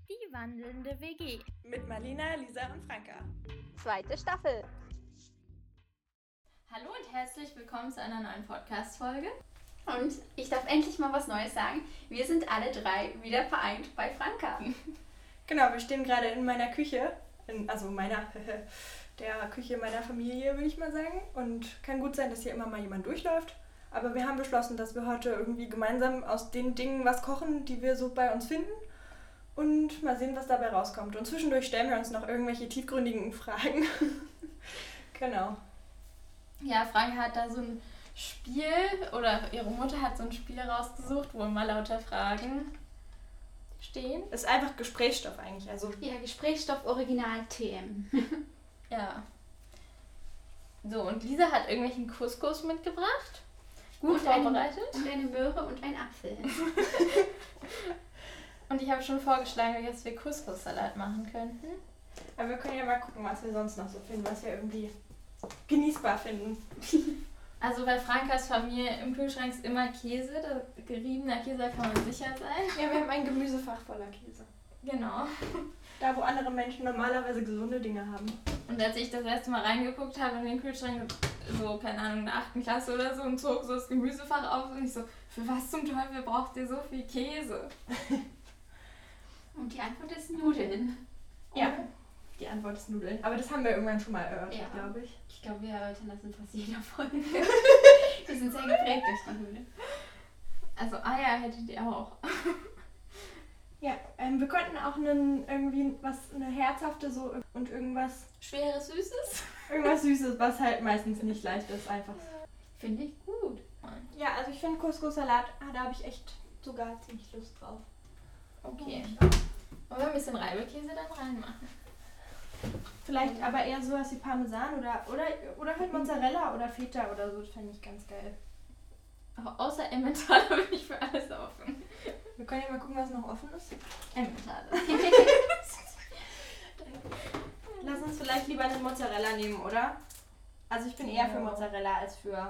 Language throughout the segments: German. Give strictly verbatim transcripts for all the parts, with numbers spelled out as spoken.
Die wandelnde W G. Mit Marlina, Lisa und Franka. Zweite Staffel. Hallo und herzlich willkommen zu einer neuen Podcast-Folge. Und ich darf endlich mal was Neues sagen. Wir sind alle drei wieder vereint bei Franka. Genau, wir stehen gerade in meiner Küche, in, also meiner, der Küche meiner Familie, würde ich mal sagen. Und kann gut sein, dass hier immer mal jemand durchläuft. Aber wir haben beschlossen, dass wir heute irgendwie gemeinsam aus den Dingen was kochen, die wir so bei uns finden. Und mal sehen, was dabei rauskommt. Und zwischendurch stellen wir uns noch irgendwelche tiefgründigen Fragen. Genau. Ja, Franka hat da so ein Spiel, oder ihre Mutter hat so ein Spiel rausgesucht, wo immer lauter Fragen stehen. Ist einfach Gesprächsstoff eigentlich. Also Ja, Gesprächsstoff Original T M. Ja. So, und Lisa hat irgendwelchen Couscous mitgebracht. Gut Und ein- vorbereitet. Und eine Möhre und ein Apfel. Und ich habe schon vorgeschlagen, dass wir Couscous-Salat machen könnten. aber wir können ja mal gucken, was wir sonst noch so finden, was wir irgendwie genießbar finden. Also bei Frankas Familie im Kühlschrank ist immer Käse. Da, geriebener Käse, da kann man sicher sein. Ja, wir haben ein Gemüsefach voller Käse. Genau. Da, wo andere Menschen normalerweise gesunde Dinge haben. Und als ich das erste Mal reingeguckt habe in den Kühlschrank, so, keine Ahnung, in der achten Klasse oder so, und zog so das Gemüsefach auf und ich so, für was zum Teufel braucht ihr so viel Käse? Und die Antwort ist Nudeln. Ja, die Antwort ist Nudeln. Aber das haben wir irgendwann schon mal erörtert, Ja. glaube ich. Ich glaube, wir erörtern das in fast jeder Folge. Wir sind sehr geprägt durch die Nudeln. Also Eier hättet ihr auch. Ja, ähm, wir könnten auch einen, irgendwie was, eine herzhafte so und irgendwas, Schweres, Süßes? irgendwas Süßes, was halt meistens nicht leicht ist, einfach. Finde ich gut. Ja, also ich finde Couscous-Salat, ah, da habe ich echt sogar ziemlich Lust drauf. Okay. Wollen wir ein bisschen Reibekäse dann reinmachen? Vielleicht aber eher sowas wie Parmesan oder, oder, oder halt Mozzarella oder Feta oder so, das fände ich ganz geil. Aber außer Emmentaler bin ich für alles offen. Wir können ja mal gucken, was noch offen ist. Emmentaler. Lass uns vielleicht lieber einen Mozzarella nehmen, oder? Also ich bin eher für Ja. Mozzarella als für,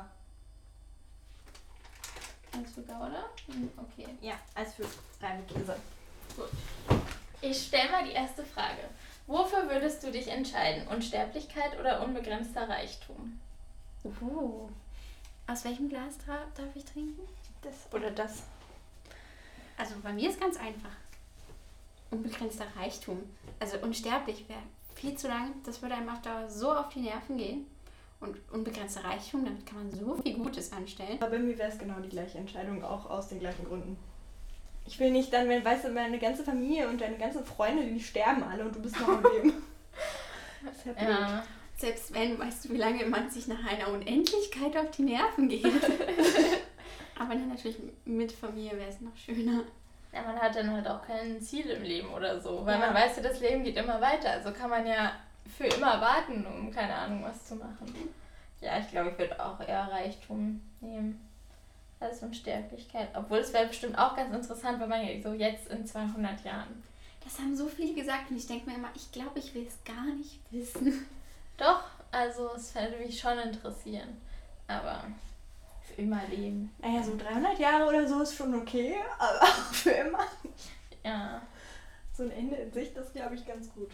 Ganz für Gouda? Hm, Okay. ja, als für Reibekäse. Gut. Ich stelle mal die erste Frage. Wofür würdest du dich entscheiden? Unsterblichkeit oder unbegrenzter Reichtum? Uh. Aus welchem Glas tra- darf ich trinken? Das oder das. Also bei mir ist ganz einfach. Unbegrenzter Reichtum. Also unsterblich wäre viel zu lang. Das würde einem auf Dauer so auf die Nerven gehen. Und unbegrenzter Reichtum, damit kann man so viel Gutes anstellen. Aber bei mir wäre es genau die gleiche Entscheidung, auch aus den gleichen Gründen. Ich will nicht dann, wenn, weißt du, meine ganze Familie und deine ganzen Freunde, die sterben alle und du bist noch am Leben. Das ist ja blöd. Ja. Selbst wenn, weißt du, wie lange man sich nach einer Unendlichkeit auf die Nerven geht. Aber dann natürlich mit Familie wäre es noch schöner. Ja, man hat dann halt auch kein Ziel im Leben oder so, weil Ja. man weiß ja, das Leben geht immer weiter. Also kann man ja für immer warten, um keine Ahnung was zu machen. Ja, ich glaube, ich würde auch eher Reichtum nehmen als Unsterblichkeit. Obwohl es wäre bestimmt auch ganz interessant, wenn man ja so jetzt in zweihundert Jahren. Das haben so viele gesagt und ich denke mir immer, ich glaube, ich will es gar nicht wissen. Doch, also es würde mich schon interessieren. Aber für immer leben. Naja, so dreihundert Jahre oder so ist schon okay, aber für immer. Ja. So ein Ende in Sicht, das glaube ich ganz gut.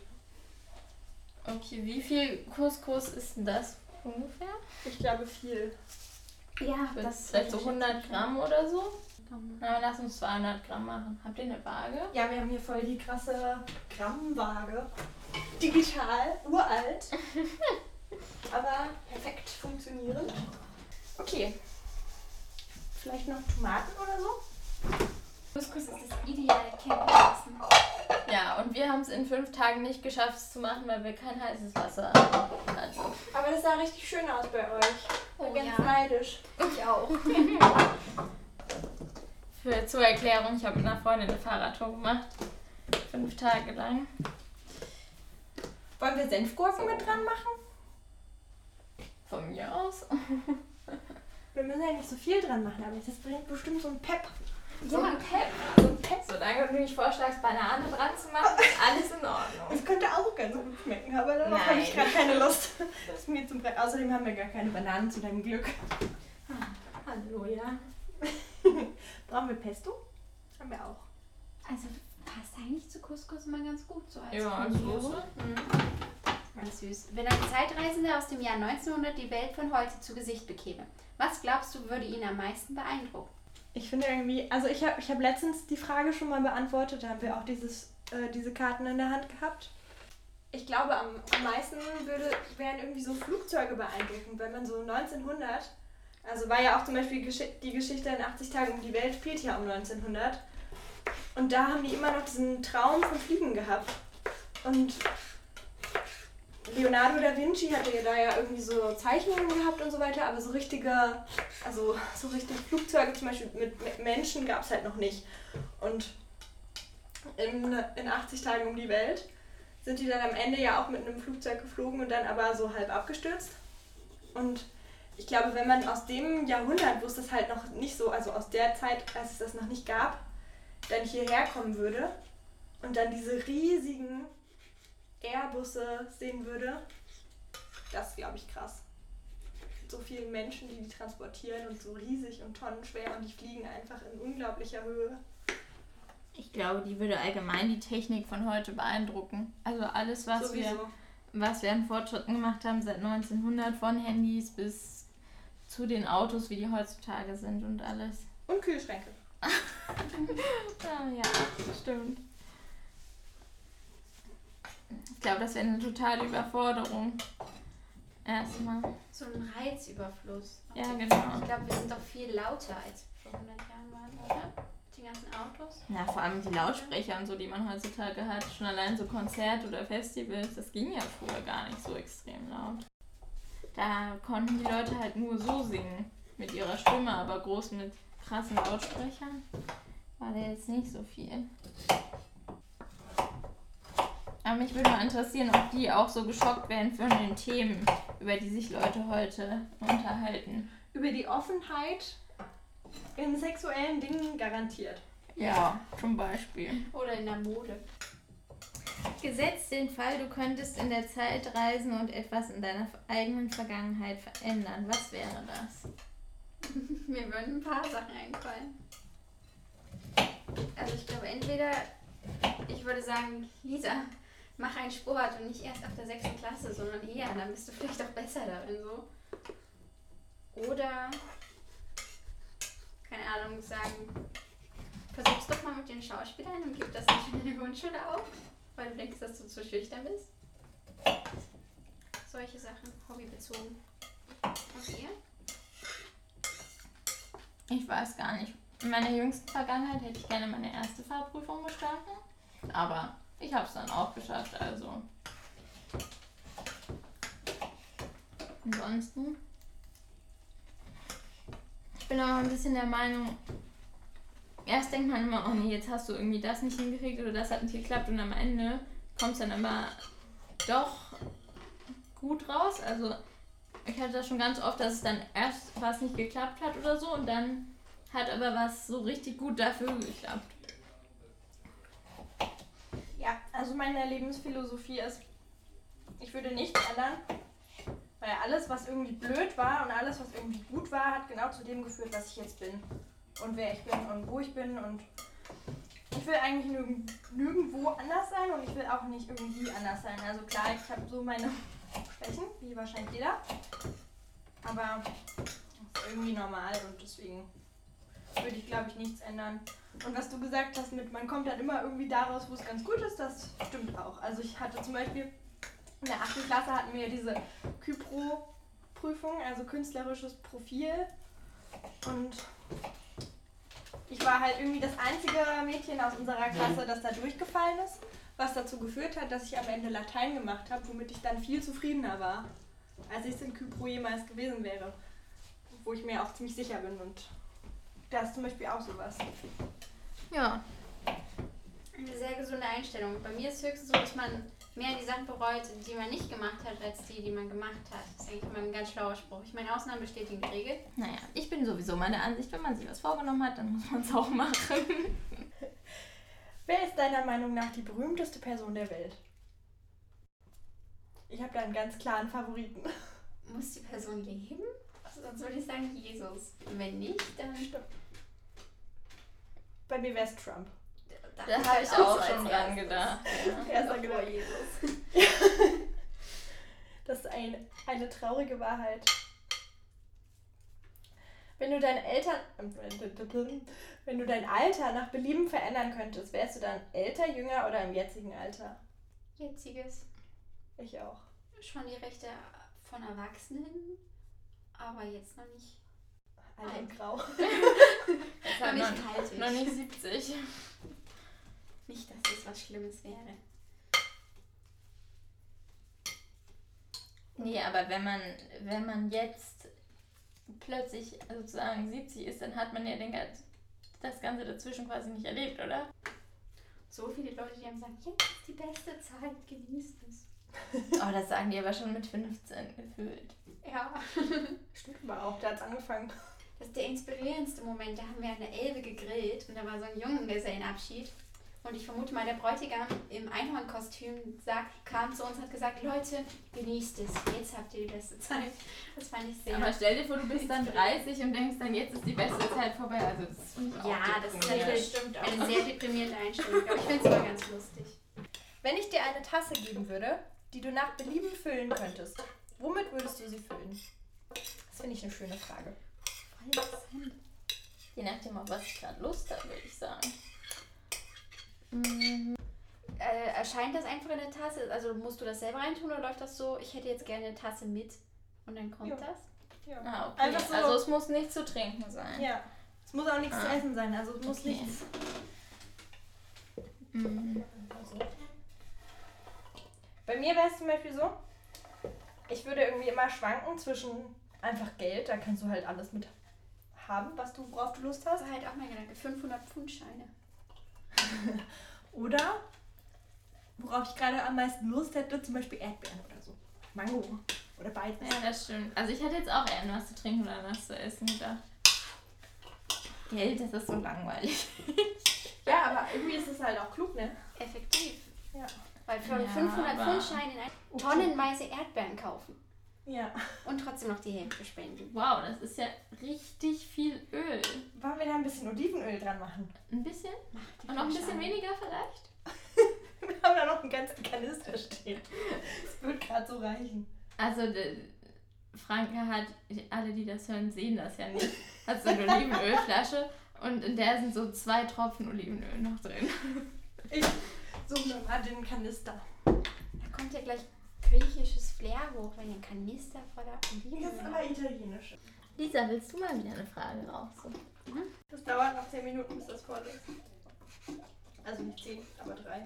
Okay, wie viel Couscous ist denn das ungefähr? Ich glaube viel. Ja, Das vielleicht so hundert Gramm oder so? Na, lass uns zweihundert Gramm machen. Habt ihr eine Waage? Ja, wir haben hier voll die krasse Grammwaage. Digital, uralt. Aber perfekt funktionierend. Okay. Vielleicht noch Tomaten oder so? Couscous ist das ideale Camperessen. Ja, und wir haben es in fünf Tagen nicht geschafft, es zu machen, weil wir kein heißes Wasser hatten. Aber das sah richtig schön aus bei euch. Ich bin Oh ganz ja. neidisch. Ich auch. Für, zur Erklärung, ich habe mit einer Freundin eine Fahrradtour gemacht. Fünf Tage lang. Wollen wir Senfgurken mit dran machen? Von mir aus. Wir müssen ja nicht so viel dran machen, aber das bringt bestimmt so ein Pep. So ein Pep. So ein Pep. Solange du nicht vorschlagst, Banane dran zu machen, ist alles in Ordnung. Das könnte auch ganz gut schmecken, aber darauf habe ich Nein. gerade keine Lust. Das ist mir zum Bre Außerdem haben wir gar keine Bananen zu deinem Glück. Halleluja. Brauchen wir Pesto? Haben wir auch. Also passt eigentlich zu Couscous immer ganz gut, so als Ja, als Kombo. Soße. Mhm. Ganz süß. Wenn ein Zeitreisender aus dem Jahr neunzehnhundert die Welt von heute zu Gesicht bekäme, was glaubst du, würde ihn am meisten beeindrucken? Ich finde irgendwie, also ich habe ich hab letztens die Frage schon mal beantwortet, da haben wir auch dieses, äh, diese Karten in der Hand gehabt. Ich glaube, am, am meisten würde, wären irgendwie so Flugzeuge beeindruckend, wenn man so neunzehnhundert, also war ja auch zum Beispiel Gesch- die Geschichte in achtzig Tagen um die Welt, spielt ja um neunzehnhundert. Und da haben die immer noch diesen Traum vom Fliegen gehabt. Und Leonardo da Vinci hatte ja da ja irgendwie so Zeichnungen gehabt und so weiter, aber so richtige, also so richtig Flugzeuge zum Beispiel mit, mit Menschen gab es halt noch nicht. Und in, in achtzig Tagen um die Welt sind die dann am Ende ja auch mit einem Flugzeug geflogen und dann aber so halb abgestürzt. Und ich glaube, wenn man aus dem Jahrhundert, wo es das halt noch nicht so, also aus der Zeit, als es das noch nicht gab, dann hierher kommen würde und dann diese riesigen Airbusse sehen würde, das ist, glaube ich, krass. Mit so vielen Menschen, die die transportieren und so riesig und tonnenschwer und die fliegen einfach in unglaublicher Höhe. Ich glaube, die würde allgemein die Technik von heute beeindrucken. Also alles, was Sowieso. wir was wir an Fortschritten gemacht haben seit neunzehnhundert, von Handys bis zu den Autos, wie die heutzutage sind und alles. Und Kühlschränke. Ah, ja, stimmt. Ich glaube, das wäre eine totale Überforderung. Erstmal. So ein Reizüberfluss. Ja, genau. Ich glaube, wir sind doch viel lauter als vor hundert Jahren waren, oder? Die ganzen Autos. Ja, vor allem die Lautsprecher und so, die man heutzutage hat. Schon allein so Konzerte oder Festivals, das ging ja früher gar nicht so extrem laut. Da konnten die Leute halt nur so singen mit ihrer Stimme, aber groß mit krassen Lautsprechern war da jetzt nicht so viel. Aber mich würde mal interessieren, ob die auch so geschockt werden von den Themen, über die sich Leute heute unterhalten. Über die Offenheit in sexuellen Dingen garantiert. Ja, zum Beispiel. Oder in der Mode. Gesetzt den Fall, du könntest in der Zeit reisen und etwas in deiner eigenen Vergangenheit verändern. Was wäre das? Mir würden ein paar Sachen einfallen. Also ich glaube, entweder ich würde sagen, Lisa, mach einen Sport und nicht erst ab der sechsten Klasse, sondern eher, dann bist du vielleicht auch besser darin so. Oder, keine Ahnung, sagen, versuch's doch mal mit den Schauspielern und gib das nicht in der Grundschule auf, weil du denkst, dass du zu schüchtern bist. Solche Sachen, hobbybezogen. Und ihr? Ich weiß gar nicht. In meiner jüngsten Vergangenheit hätte ich gerne meine erste Fahrprüfung bestanden. Aber ich habe es dann auch geschafft, also. Ansonsten. Ich bin aber ein bisschen der Meinung, erst denkt man immer, oh nee, jetzt hast du irgendwie das nicht hingekriegt oder das hat nicht geklappt und am Ende kommt es dann aber doch gut raus. Also ich hatte das schon ganz oft, dass es dann erst was nicht geklappt hat oder so und dann hat aber was so richtig gut dafür geklappt. Ja, also meine Lebensphilosophie ist, ich würde nichts ändern, weil alles, was irgendwie blöd war und alles, was irgendwie gut war, hat genau zu dem geführt, was ich jetzt bin und wer ich bin und wo ich bin und ich will eigentlich nirgend, nirgendwo anders sein und ich will auch nicht irgendwie anders sein. Also klar, ich habe so meine Schwächen, wie wahrscheinlich jeder, aber das ist irgendwie normal und deswegen würde ich, glaube ich, nichts ändern. Und was du gesagt hast mit, man kommt dann immer irgendwie daraus, wo es ganz gut ist, das stimmt auch. Also ich hatte zum Beispiel, in der achten Klasse hatten wir diese Kypro-Prüfung, also künstlerisches Profil. Und ich war halt irgendwie das einzige Mädchen aus unserer Klasse, das da durchgefallen ist, was dazu geführt hat, dass ich am Ende Latein gemacht habe, womit ich dann viel zufriedener war, als ich es in Kypro jemals gewesen wäre. Wo ich mir auch ziemlich sicher bin und das ist zum Beispiel auch sowas. Ja. Eine sehr gesunde Einstellung. Bei mir ist es höchstens so, dass man mehr die Sachen bereut, die man nicht gemacht hat, als die, die man gemacht hat. Das ist eigentlich immer ein ganz schlauer Spruch. Ich meine, Ausnahmen bestätigen die Regel. Naja, ich bin sowieso meiner Ansicht, wenn man sich was vorgenommen hat, dann muss man es auch machen. Wer ist deiner Meinung nach die berühmteste Person der Welt? Ich habe da einen ganz klaren Favoriten. Muss die Person leben? Sonst würde ich sagen Jesus. Wenn nicht, dann... Bei mir wäre es Trump. Da habe ich auch schon dran gedacht. Ja. Erster Gedanke. Jesus. Das ist ein, eine traurige Wahrheit. Wenn du deine Eltern, wenn du dein Alter nach Belieben verändern könntest, wärst du dann älter, jünger oder im jetzigen Alter? Jetziges. Ich auch. Schon die Rechte von Erwachsenen, aber jetzt noch nicht. Alt und grau. Jetzt noch nicht kalt. Noch nicht siebzig. Nicht, dass das was Schlimmes wäre. Nee, aber wenn man, wenn man jetzt plötzlich sozusagen siebzig ist, dann hat man ja den, das Ganze dazwischen quasi nicht erlebt, oder? So viele Leute, die haben gesagt, jetzt ist die beste Zeit, genießt es. Oh, das sagen die aber schon mit fünfzehn gefühlt. Ja. Stimmt aber auch, der hat's angefangen. Das ist der inspirierendste Moment. Da haben wir an der Elbe gegrillt und da war so ein Junggesellenabschied. Und ich vermute mal, der Bräutigam im Einhornkostüm sagt, kam zu uns und hat gesagt, Leute, genießt es, jetzt habt ihr die beste Zeit. Das fand ich sehr. Aber stell dir vor, du bist dann dreißig und denkst dann, jetzt ist die beste Zeit vorbei. Also das ist auch ja, das ist deprimierend. natürlich stimmt auch. Eine sehr deprimierende Einstellung. Aber ich finde es aber ganz lustig. Wenn ich dir eine Tasse geben würde, die du nach Belieben füllen könntest, womit würdest du sie füllen? Das finde ich eine schöne Frage. Je nachdem, auf was ich gerade Lust habe, würde ich sagen. Äh, erscheint das einfach in der Tasse? Also musst du das selber reintun oder läuft das so, ich hätte jetzt gerne eine Tasse mit und dann kommt Ja. das? Ja. Ah, okay. Einfach so. Also es muss nicht zu trinken sein. Ja. Es muss auch nichts Ah. zu essen sein, also es muss Okay. nichts. Mhm. Bei mir wäre es zum Beispiel so, ich würde irgendwie immer schwanken zwischen einfach Geld, da kannst du halt alles mit haben, was du, worauf du Lust Das hast. war halt auch mein Gedanke, fünfhundert Pfund Scheine. Oder, worauf ich gerade am meisten Lust hätte, zum Beispiel Erdbeeren oder so. Mango oder beides. Ja, das stimmt. Also ich hätte jetzt auch eher an was zu trinken oder an was zu essen gedacht. Geld, das ist so langweilig. Ja, aber irgendwie ist es halt auch klug, ne? Effektiv. Ja. Weil für Ja, fünfhundert aber- Pfund Scheine in ein tonnenweise Erdbeeren kaufen Ja. und trotzdem noch die Hälfte spenden. Wow, das ist ja richtig viel Öl. Wollen wir da ein bisschen Olivenöl dran machen? Ein bisschen? Die Und noch ein bisschen Scheine. weniger vielleicht? Wir haben da noch einen ganzen Kanister stehen. Das wird gerade so reichen. Also de, Franke hat, alle die das hören, sehen das ja nicht, hat so eine Olivenölflasche und in der sind so zwei Tropfen Olivenöl noch drin. Ich suche mir mal den Kanister. Da kommt ja gleich griechisches Flair hoch, wenn ihr einen Kanister voller Das ist Oliven aber italienisch. Lisa, willst du mal wieder eine Frage raussuchen? Das dauert noch zehn Minuten, bis das voll ist. Also nicht zehn, aber drei.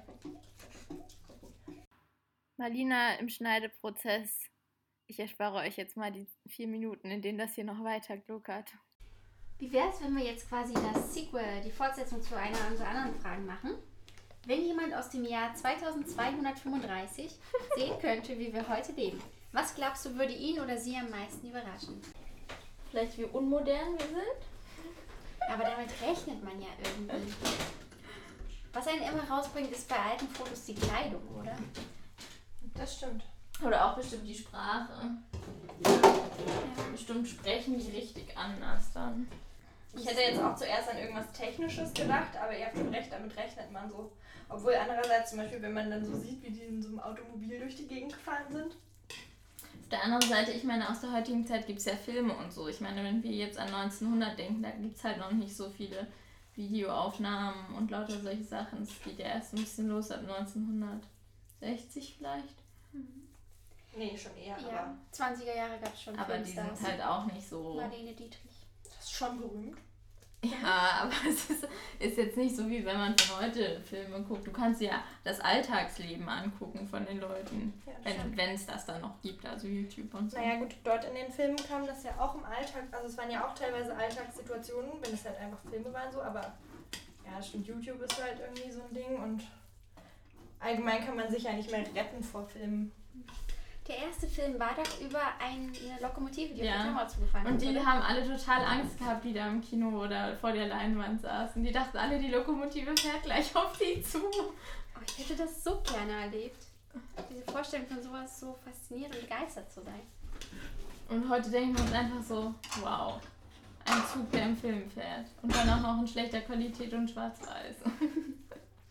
Marlina im Schneideprozess. Ich erspare euch jetzt mal die vier Minuten, in denen das hier noch weiter gluckert. Wie wäre es, wenn wir jetzt quasi das Sequel, die Fortsetzung zu einer unserer anderen Fragen machen? Wenn jemand aus dem Jahr zweitausendzweihundertfünfunddreißig sehen könnte, wie wir heute leben, was glaubst du, würde ihn oder sie am meisten überraschen? Vielleicht wie unmodern wir sind? Aber damit rechnet man ja irgendwie. Was einen immer rausbringt, ist bei alten Fotos die Kleidung, oder? Das stimmt. Oder auch bestimmt die Sprache. Bestimmt sprechen die richtig anders dann. Ich hätte jetzt auch zuerst an irgendwas Technisches gedacht, aber ihr habt schon recht, damit rechnet man so. Obwohl andererseits zum Beispiel, wenn man dann so sieht, wie die in so einem Automobil durch die Gegend gefahren sind. Auf der anderen Seite, ich meine, aus der heutigen Zeit gibt es ja Filme und so. Ich meine, wenn wir jetzt an neunzehnhundert denken, da gibt es halt noch nicht so viele Videoaufnahmen und lauter solche Sachen. Es geht ja erst ein bisschen los ab neunzehnhundertsechzig vielleicht. Nee, schon eher, Ja, aber zwanziger Jahre gab es schon Aber die Filmstars. sind halt auch nicht so... Marlene Dietrich. das ist schon berühmt. Ja, aber es ist, ist jetzt nicht so, wie wenn man von heute Filme guckt. Du kannst ja das Alltagsleben angucken von den Leuten, Ja, das wenn stimmt. wenn es das dann noch gibt, also YouTube und so. Naja gut, dort in den Filmen kam das ja auch im Alltag, also es waren ja auch teilweise Alltagssituationen, wenn es halt einfach Filme waren so, aber ja, stimmt, YouTube ist halt irgendwie so ein Ding und allgemein kann man sich ja nicht mehr retten vor Filmen. Der erste Film war doch über ein, eine Lokomotive, die Ja. auf die Kamera zugefahren Und ist, die oder? haben alle total Angst gehabt, die da im Kino oder vor der Leinwand saßen. Die dachten alle, die Lokomotive fährt gleich auf die zu. Oh, ich hätte das so gerne erlebt. Diese Vorstellung von sowas so fasziniert und begeistert zu sein. Und heute denken wir uns einfach so, wow, ein Zug, der im Film fährt. Und dann auch noch in schlechter Qualität und schwarz-weiß.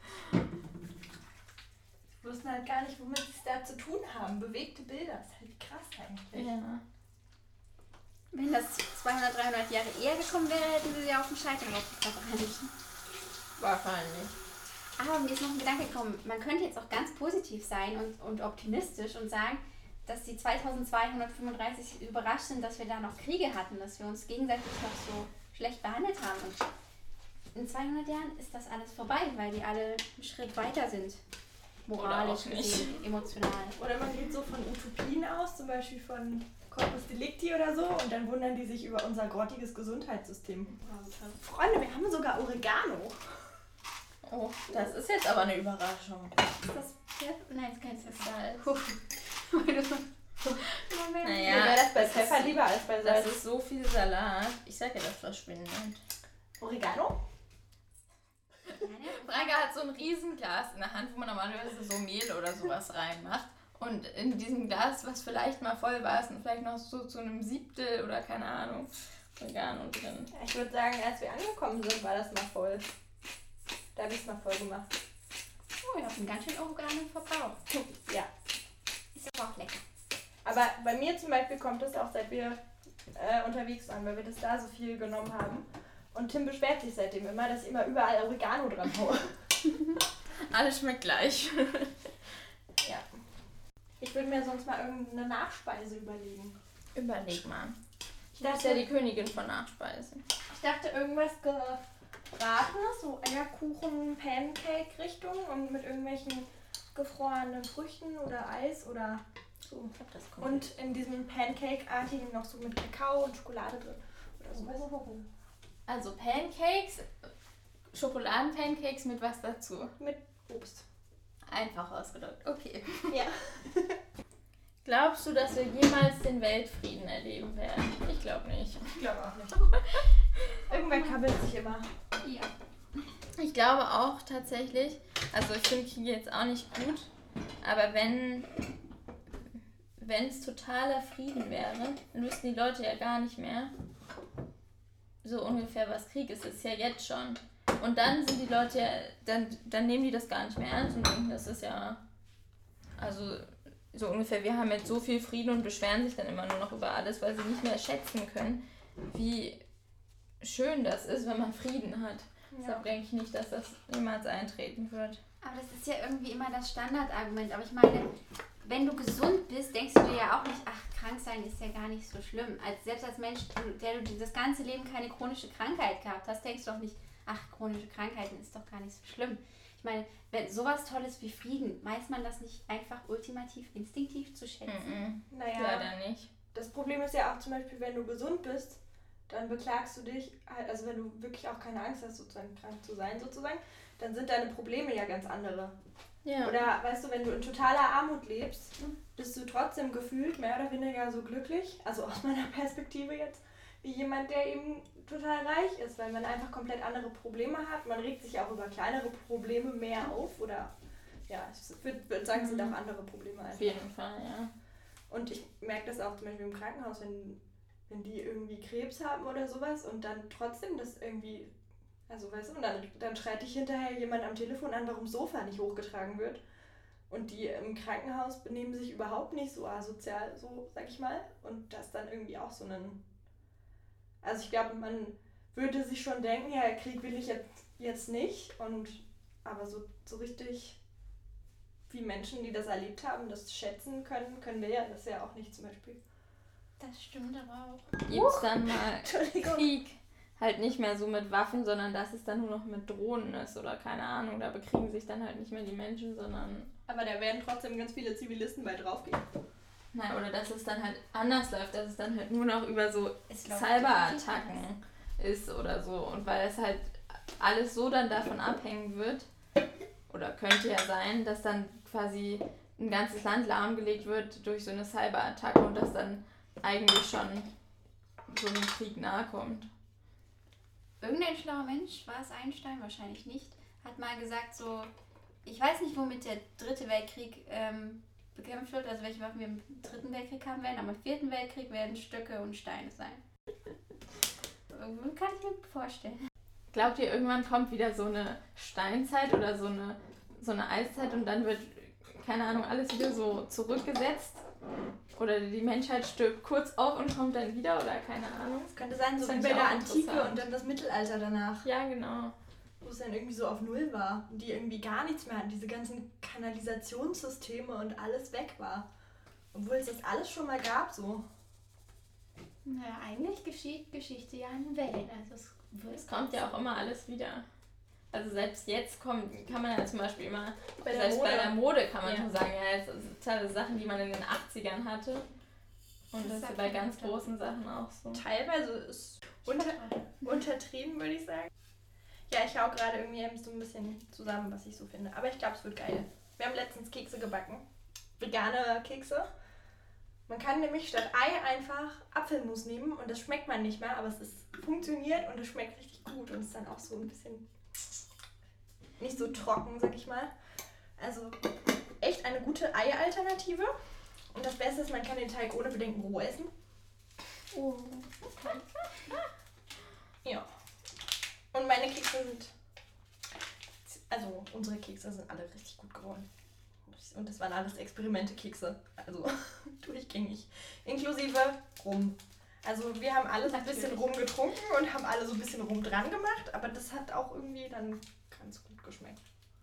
wissen halt gar nicht, womit sie es da zu tun haben. Bewegte Bilder, ist halt krass eigentlich. Ja. Wenn das zweihundert, dreihundert Jahre eher gekommen wäre, hätten sie ja auf dem Scheiterhaufen verbrannt. Wahrscheinlich. Aber mir ist noch ein Gedanke gekommen, man könnte jetzt auch ganz positiv sein und, und optimistisch und sagen, dass die zweitausendzweihundertfünfunddreißig überrascht sind, dass wir da noch Kriege hatten, dass wir uns gegenseitig noch so schlecht behandelt haben. Und in zweihundert Jahren ist das alles vorbei, weil die alle einen Schritt weiter sind. Moralisch gesehen, emotional. Oder man geht so von Utopien aus, zum Beispiel von Corpus Delicti oder so, und dann wundern die sich über unser grottiges Gesundheitssystem. Freunde, wir haben sogar Oregano. Oh, das ist jetzt aber eine Überraschung. Ist das Pferd? Nein, das ist kein Salz. Naja, Mir wäre das bei das Pfeffer ist- lieber als bei Das Salz. ist so viel Salat. Ich sag ja, das verschwindet. Oregano? Franka hat so ein Riesenglas in der Hand, wo man normalerweise so Mehl oder sowas reinmacht. Und in diesem Glas, was vielleicht mal voll war, ist vielleicht noch so zu einem Siebtel oder keine Ahnung Oregano drin. Ja, ich würde sagen, als wir angekommen sind, war das mal voll. Da habe ich es mal voll gemacht. Oh, ihr habt einen ganz schön Oregano verbraucht. Ja. Ist aber auch lecker. Aber bei mir zum Beispiel kommt das auch, seit wir äh, unterwegs waren, weil wir das da so viel genommen haben. Und Tim beschwert sich seitdem immer, dass ich immer überall Oregano dran haue. Alles schmeckt gleich. Ja. Ich würde mir sonst mal irgendeine Nachspeise überlegen. Überleg mal. Ich Du bist ja die Königin von Nachspeisen. Ich dachte irgendwas Gebratenes, so Eierkuchen-Pancake-Richtung und mit irgendwelchen gefrorenen Früchten oder Eis oder so. Ich glaub, das kommt. Und in diesem Pancake-artigen noch so mit Kakao und Schokolade drin oder sowas. Also Pancakes, Schokoladenpancakes mit was dazu? Mit Obst. Einfach ausgedrückt. Okay. Ja. Glaubst du, dass wir jemals den Weltfrieden erleben werden? Ich glaube nicht. Ich glaube auch nicht. Irgendwer kabbelt sich immer. Ja. Ich glaube auch tatsächlich, also ich finde Kriege jetzt auch nicht gut, aber wenn wenn es totaler Frieden wäre, dann wüssten die Leute ja gar nicht mehr so ungefähr, was Krieg ist. Das ist ja jetzt schon. Und dann sind die Leute ja, dann, dann nehmen die das gar nicht mehr ernst und denken, das ist ja, also so ungefähr, wir haben jetzt so viel Frieden und beschweren sich dann immer nur noch über alles, weil sie nicht mehr schätzen können, wie schön das ist, wenn man Frieden hat. Ja. Deshalb denke ich nicht, dass das niemals eintreten wird. Aber das ist ja irgendwie immer das Standardargument. Aber ich meine, wenn du gesund bist, denkst du dir ja auch nicht, ach, krank sein ist ja gar nicht so schlimm. Als, selbst als Mensch, der du das ganze Leben keine chronische Krankheit gehabt hast, denkst du auch nicht, ach, chronische Krankheiten ist doch gar nicht so schlimm. Ich meine, wenn sowas Tolles wie Frieden, weiß man das nicht einfach ultimativ, instinktiv zu schätzen? Mhm. Naja, Leider nicht. das Problem ist ja auch zum Beispiel, wenn du gesund bist, dann beklagst du dich, halt, also wenn du wirklich auch keine Angst hast, sozusagen krank zu sein, sozusagen, dann sind deine Probleme ja ganz andere. Ja. Oder weißt du, wenn du in totaler Armut lebst, bist du trotzdem gefühlt mehr oder weniger so glücklich, also aus meiner Perspektive jetzt, wie jemand, der eben total reich ist, weil man einfach komplett andere Probleme hat. Man regt sich auch über kleinere Probleme mehr auf oder ja, ich würde würd sagen, es sind auch andere Probleme einfach. Auf jeden Fall, ja. Und ich merke das auch zum Beispiel im Krankenhaus, wenn, wenn die irgendwie Krebs haben oder sowas und dann trotzdem das irgendwie, also weißt du, und dann, dann schreit dich hinterher jemand am Telefon an, warum das Sofa nicht hochgetragen wird. Und die im Krankenhaus benehmen sich überhaupt nicht so asozial, so sag ich mal. Und das dann irgendwie auch so einen... Also ich glaube, man würde sich schon denken, ja, Krieg will ich jetzt, jetzt nicht. Und aber so, so richtig wie Menschen, die das erlebt haben, das schätzen können, können wir ja das ja auch nicht zum Beispiel. Das stimmt aber auch. Gibt es dann mal Entschuldigung. Krieg halt nicht mehr so mit Waffen, sondern dass es dann nur noch mit Drohnen ist oder keine Ahnung, da bekriegen sich dann halt nicht mehr die Menschen, sondern Aber da werden trotzdem ganz viele Zivilisten bei draufgehen. nein, oder dass es dann halt anders läuft, dass es dann halt nur noch über so Es läuft Cyberattacken ist oder so und weil es halt alles so dann davon abhängen wird oder könnte ja sein, dass dann quasi ein ganzes Land lahmgelegt wird durch so eine Cyberattacke und dass dann eigentlich schon so einem Krieg nahe kommt. Irgendein schlauer Mensch, war es Einstein, wahrscheinlich nicht, hat mal gesagt so, ich weiß nicht, womit der dritte Weltkrieg ähm, bekämpft wird, also welche Waffen wir im dritten Weltkrieg haben werden, aber im vierten Weltkrieg werden Stöcke und Steine sein. Kann ich mir vorstellen. Glaubt ihr, irgendwann kommt wieder so eine Steinzeit oder so eine, so eine Eiszeit und dann wird, keine Ahnung, alles wieder so zurückgesetzt. Oder die Menschheit stirbt kurz auf und kommt dann wieder oder keine Ahnung. Es könnte sein, so Das wie fand bei ich der auch Antike interessant. und dann das Mittelalter danach, Ja, genau. wo es dann irgendwie so auf Null war und die irgendwie gar nichts mehr hatten. Diese ganzen Kanalisationssysteme und alles weg war. Obwohl es das alles schon mal gab, so. Naja, eigentlich geschieht Geschichte ja in Wellen. Also es, Es kommt ja auch immer alles wieder. Also selbst jetzt kommt, kann man ja zum Beispiel immer, Bei der selbst Mode. bei der Mode kann man Ja. schon sagen, ja, es sind teilweise Sachen, die man in den achtzigern hatte. Und Das das ist sagt ja bei man ganz öfter. großen Sachen auch so. Teilweise ist unter, untertrieben, würde ich sagen. Ja, ich hau gerade irgendwie so ein bisschen zusammen, was ich so finde. Aber ich glaube, es wird geil. Wir haben letztens Kekse gebacken. Vegane Kekse. Man kann nämlich statt Ei einfach Apfelmus nehmen und das schmeckt man nicht mehr, aber es ist, funktioniert und es schmeckt richtig gut und ist dann auch so ein bisschen nicht so trocken, sag ich mal. Also echt eine gute Ei-Alternative. Und das Beste ist, man kann den Teig ohne Bedenken roh essen. Oh, Ja. Und meine Kekse sind, also unsere Kekse sind alle richtig gut geworden. Und das waren alles Experimente-Kekse, also durchgängig. Inklusive Rum. Also wir haben alle so ein bisschen Rum getrunken und haben alle so ein bisschen Rum dran gemacht, aber das hat auch irgendwie dann ganz gut geschmeckt.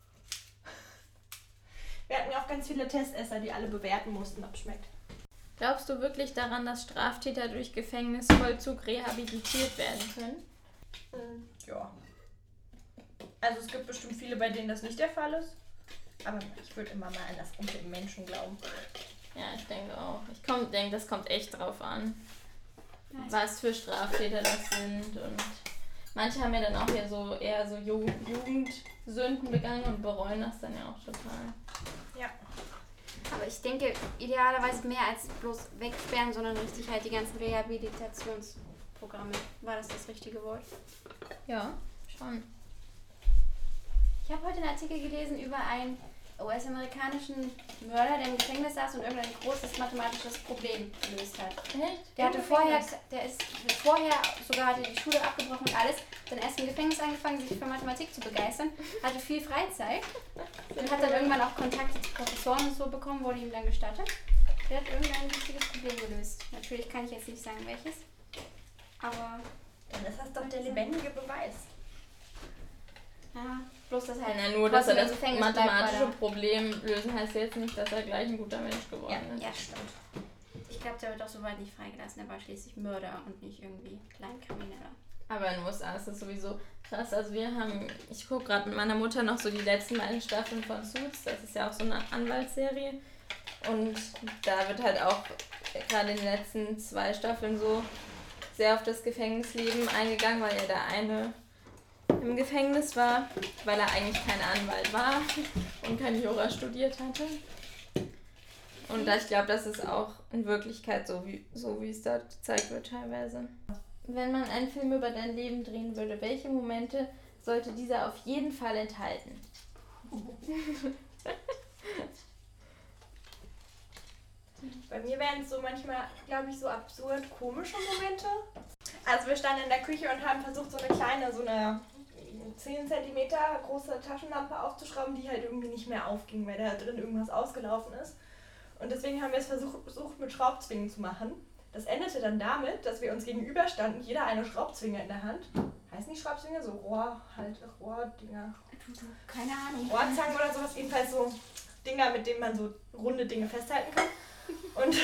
Wir hatten ja auch ganz viele Testesser, die alle bewerten mussten, ob es schmeckt. Glaubst du wirklich daran, dass Straftäter durch Gefängnisvollzug rehabilitiert werden können? Hm, ja. Also es gibt bestimmt viele, bei denen das nicht der Fall ist. Aber ich würde immer mal an das Gute im Menschen glauben. Ja, ich denke auch. Ich komm, denke, das kommt echt drauf an, Ja, ich- was für Straftäter das sind. Und manche haben ja dann auch ja so eher so Ju- Jugendsünden begangen und bereuen das dann ja auch total. Ja. aber ich denke, idealerweise mehr als bloß wegsperren, sondern richtig halt die ganzen Rehabilitationsprogramme. War das das richtige Wort? Ja, schon. Ich habe heute einen Artikel gelesen über einen U S-amerikanischen Mörder, der im Gefängnis saß und irgendein großes mathematisches Problem gelöst hat. Echt? Der hatte Im vorher, Gefängnis? der ist vorher sogar hatte die Schule abgebrochen und alles, dann erst im Gefängnis angefangen, sich für Mathematik zu begeistern, hatte viel Freizeit und hat dann irgendwann auch Kontakt zu Professoren und so bekommen, wurde ihm dann gestattet. Der hat irgendein wichtiges Problem gelöst. Natürlich kann ich jetzt nicht sagen, welches, aber Dann ist das doch der lebendige Beweis. ja, bloß das halt. Ja, nur, dass er trotzdem im das Gefängnis bleibt, mathematische weil er- Problem lösen, heißt jetzt nicht, dass er gleich ein guter Mensch geworden ist. Ja, stimmt. Ich glaube, der wird auch soweit nicht freigelassen. Er war schließlich Mörder und nicht irgendwie Kleinkrimineller. Aber in den U S A ist das sowieso krass. Also wir haben, ich gucke gerade mit meiner Mutter noch so die letzten beiden Staffeln von Suits. Das ist ja auch so eine Anwaltsserie. Und da wird halt auch gerade in den letzten zwei Staffeln so sehr auf das Gefängnisleben eingegangen, weil ja der eine im Gefängnis war, weil er eigentlich kein Anwalt war und kein Jura studiert hatte. Und da, ich glaube, das ist auch in Wirklichkeit so, wie, so wie es da gezeigt wird teilweise. Wenn man einen Film über dein Leben drehen würde, welche Momente sollte dieser auf jeden Fall enthalten? Bei mir wären es so manchmal, glaube ich, so absurd komische Momente. Also wir standen in der Küche und haben versucht, so eine kleine, so eine zehn Zentimeter große Taschenlampe aufzuschrauben, die halt irgendwie nicht mehr aufging, weil da drin irgendwas ausgelaufen ist. Und deswegen haben wir es versucht, versucht mit Schraubzwingen zu machen. Das endete dann damit, dass wir uns gegenüberstanden, jeder eine Schraubzwinge in der Hand. Heißt nicht Schraubzwinge? So Rohr, halt, Rohrdinger. Keine Ahnung. Rohrzangen oder sowas, jedenfalls so Dinger, mit denen man so runde Dinge festhalten kann. Und,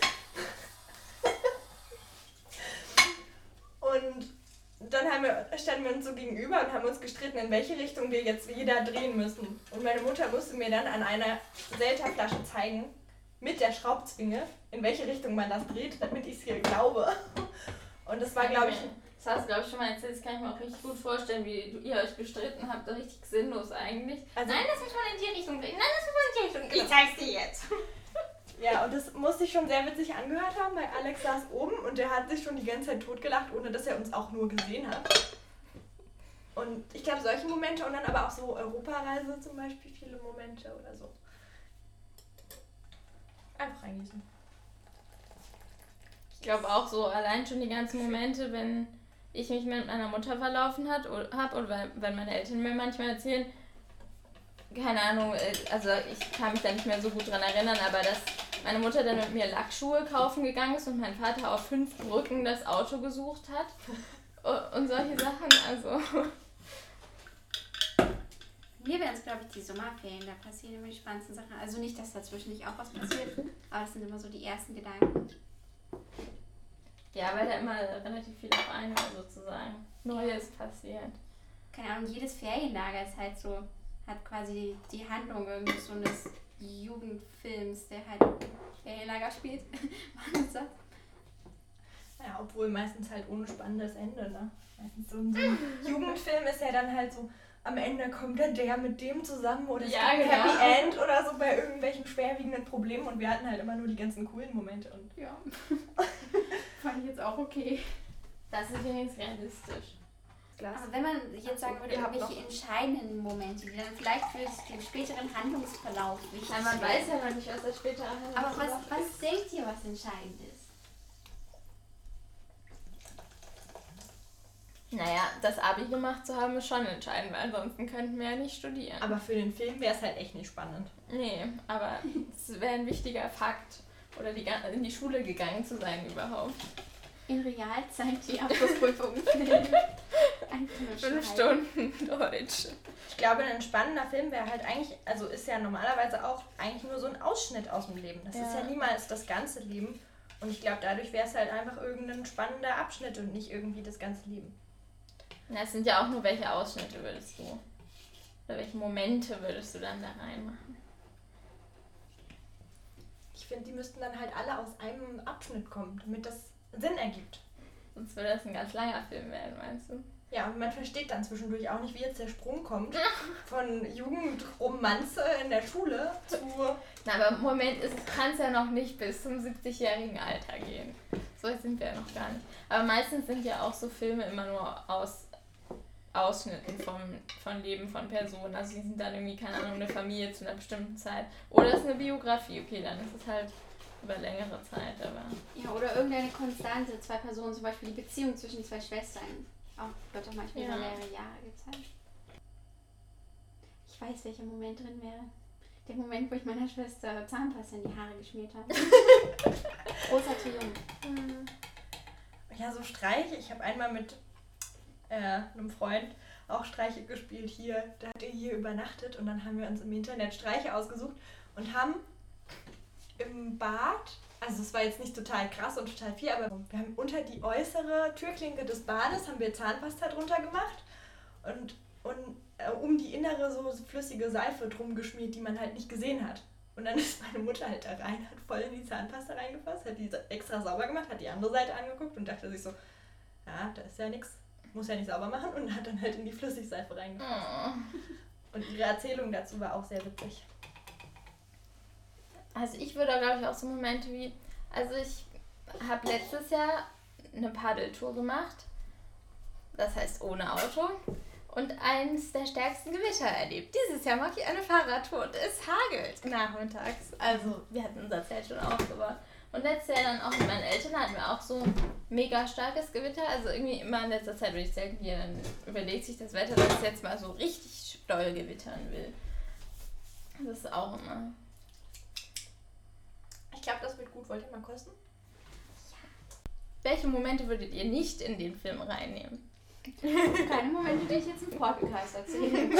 und dann haben wir, standen wir uns so gegenüber und haben uns gestritten, in welche Richtung wir jetzt jeder drehen müssen. Und meine Mutter musste mir dann an einer Selterflasche zeigen, mit der Schraubzwinge, in welche Richtung man das dreht, damit ich es hier glaube. Und das war, glaube ich, Das hast du, glaube ich, schon mal erzählt. Das kann ich mir auch richtig gut vorstellen, wie du, ihr euch gestritten habt. Richtig sinnlos eigentlich. also, Nein, das muss man in die Richtung drehen. Nein, das muss man in die Richtung drehen. ich zeig's dir jetzt. Ja, und das musste ich schon sehr witzig angehört haben, weil Alex saß oben und der hat sich schon die ganze Zeit totgelacht, ohne dass er uns auch nur gesehen hat. Und ich glaube, solche Momente und dann aber auch so Europareise zum Beispiel, viele Momente oder so. Einfach reingießen. Ich glaube auch so, allein schon die ganzen Momente, wenn ich mich mit meiner Mutter verlaufen habe oder wenn meine Eltern mir manchmal erzählen, keine Ahnung, also ich kann mich da nicht mehr so gut dran erinnern, aber dass meine Mutter dann mit mir Lackschuhe kaufen gegangen ist und mein Vater auf fünf Brücken das Auto gesucht hat und solche Sachen, also... Mir wären es, glaube ich, die Sommerferien, da passieren immer die spannendsten Sachen. Also nicht, dass dazwischen nicht auch was passiert, aber das sind immer so die ersten Gedanken. Ja, weil da immer relativ viel auf einmal sozusagen Neues passiert. Keine Ahnung, jedes Ferienlager ist halt so, hat quasi die Handlung irgendwie so eines Jugendfilms, der halt Ferienlager spielt. War das das? Ja, obwohl meistens halt ohne spannendes Ende, ne? Meistens so ein, so ein Jugendfilm ist ja dann halt so, am Ende kommt dann der mit dem zusammen oder es ja, gibt genau. Happy End oder so bei irgendwelchen schwerwiegenden Problemen und wir hatten halt immer nur die ganzen coolen Momente. Und ja, fand ich jetzt auch okay. Das ist wenigstens realistisch. Aber wenn man jetzt sagen würde, irgendwelche entscheidenden Momente, die dann vielleicht für den späteren Handlungsverlauf wichtig sind. Man weiß ja noch nicht, was der spätere Handlungsverlauf Aber was, was denkt ihr, was entscheidend ist? Naja, das Abi gemacht zu haben ist schon entscheidend, weil ansonsten könnten wir ja nicht studieren. Aber für den Film wäre es halt echt nicht spannend. Nee, aber es wäre ein wichtiger Fakt. Oder die, in die Schule gegangen zu sein überhaupt. In Realzeit die Abschlussprüfung. Fünf Stunden Deutsch. Ich glaube, ein spannender Film wäre halt eigentlich, also ist ja normalerweise auch eigentlich nur so ein Ausschnitt aus dem Leben. Das ja. ist ja niemals das ganze Leben. Und ich glaube, dadurch wäre es halt einfach irgendein spannender Abschnitt und nicht irgendwie das ganze Leben. Na, es sind ja auch nur welche Ausschnitte würdest du, oder welche Momente würdest du dann da reinmachen? Ich finde, die müssten dann halt alle aus einem Abschnitt kommen, damit das Sinn ergibt. Sonst würde das ein ganz langer Film werden, meinst du? Ja, und man versteht dann zwischendurch auch nicht, wie jetzt der Sprung kommt von Jugendromanze in der Schule zu... Na, aber im Moment kann es ja noch nicht bis zum siebzigjährigen Alter gehen. So weit sind wir ja noch gar nicht. Aber meistens sind ja auch so Filme immer nur aus Ausschnitten vom, von Leben von Personen. Also die sind dann irgendwie, keine Ahnung, eine Familie zu einer bestimmten Zeit. Oder es ist eine Biografie, okay, dann ist es halt über längere Zeit, aber... Ja, oder irgendeine Konstante, zwei Personen, zum Beispiel die Beziehung zwischen zwei Schwestern. Auch wird doch manchmal über ja. mehrere Jahre gezeigt. Ich weiß, welcher Moment drin wäre. Der Moment, wo ich meiner Schwester Zahnpasta in die Haare geschmiert habe. Großer Triumph. Ja, so Streiche. Ich habe einmal mit äh, einem Freund auch Streiche gespielt hier. Da hat er hier übernachtet und dann haben wir uns im Internet Streiche ausgesucht und haben im Bad, also es war jetzt nicht total krass und total viel, aber wir haben unter die äußere Türklinke des Bades haben wir Zahnpasta drunter gemacht und, und äh, um die innere so flüssige Seife drum geschmiert, die man halt nicht gesehen hat. Und dann ist meine Mutter halt da rein, hat voll in die Zahnpasta reingefasst, hat die extra sauber gemacht, hat die andere Seite angeguckt und dachte sich so, ja, da ist ja nichts, muss ja nicht sauber machen und hat dann halt in die Flüssigseife reingefasst. Oh. Und ihre Erzählung dazu war auch sehr witzig. Also ich würde, glaube ich, auch so Momente wie, also ich habe letztes Jahr eine Paddeltour gemacht, das heißt ohne Auto, und eins der stärksten Gewitter erlebt. Dieses Jahr mache ich eine Fahrradtour und es hagelt nachmittags. Also wir hatten unser Zelt schon aufgebaut. Und letztes Jahr dann auch mit meinen Eltern hatten wir auch so mega starkes Gewitter. Also irgendwie immer in letzter Zeit, wenn ich zelten gehe, dann überlegt sich das Wetter, dass es jetzt mal so richtig doll gewittern will. Das ist auch immer... Ich glaube, das wird gut. Wollt ihr mal kosten? Welche Momente würdet ihr nicht in den Film reinnehmen? Keine Momente, die ich jetzt im Podcast erzähle.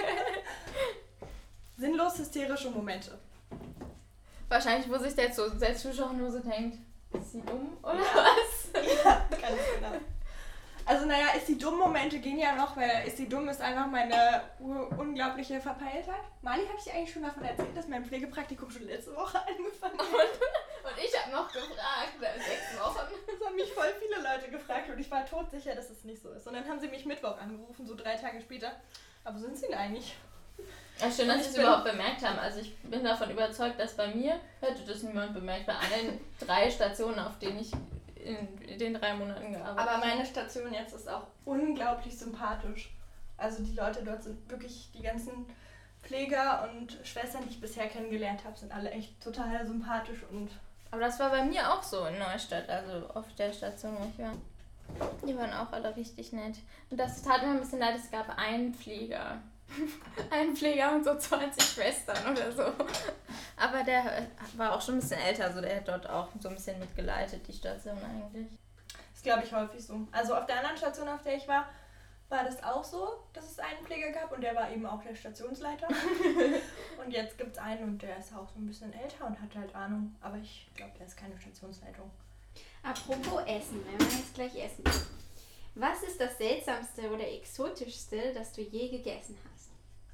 Sinnlos hysterische Momente. Wahrscheinlich, wo sich der, so, der Zuschauer nur so denkt, ist sie dumm oder ja. was? Ja, ganz genau. Also naja, ist sie dumm Momente gehen ja noch, weil ist sie dumm ist einfach meine unglaubliche Verpeiltheit. Mali, habe ich dir eigentlich schon davon erzählt, dass mein Pflegepraktikum schon letzte Woche angefangen hat? Und, und ich habe noch gefragt, sechs Wochen. Das haben mich voll viele Leute gefragt und ich war todsicher, dass es nicht so ist. Und dann haben sie mich Mittwoch angerufen, so drei Tage später. Aber wo sind sie denn eigentlich? Ja, schön, dass sie es überhaupt bemerkt haben. Also ich bin davon überzeugt, dass bei mir hätte das niemand bemerkt. Bei allen drei Stationen, auf denen ich in den drei Monaten gearbeitet habe. Aber meine Station jetzt ist auch unglaublich sympathisch. Also die Leute dort sind wirklich, die ganzen Pfleger und Schwestern, die ich bisher kennengelernt habe, sind alle echt total sympathisch und... Aber das war bei mir auch so in Neustadt, also auf der Station, wo ich war. Die waren auch alle richtig nett. Und das tat mir ein bisschen leid, es gab einen Pfleger. Ein Pfleger und so zwanzig Schwestern oder so. Aber der war auch schon ein bisschen älter, also der hat dort auch so ein bisschen mitgeleitet, die Station eigentlich. Das ist, glaube ich, häufig so. Also auf der anderen Station, auf der ich war, war das auch so, dass es einen Pfleger gab und der war eben auch der Stationsleiter. Und jetzt gibt es einen und der ist auch so ein bisschen älter und hat halt Ahnung. Aber ich glaube, der ist keine Stationsleitung. Apropos Essen, wenn wir jetzt gleich essen. Was ist das Seltsamste oder Exotischste, das du je gegessen hast?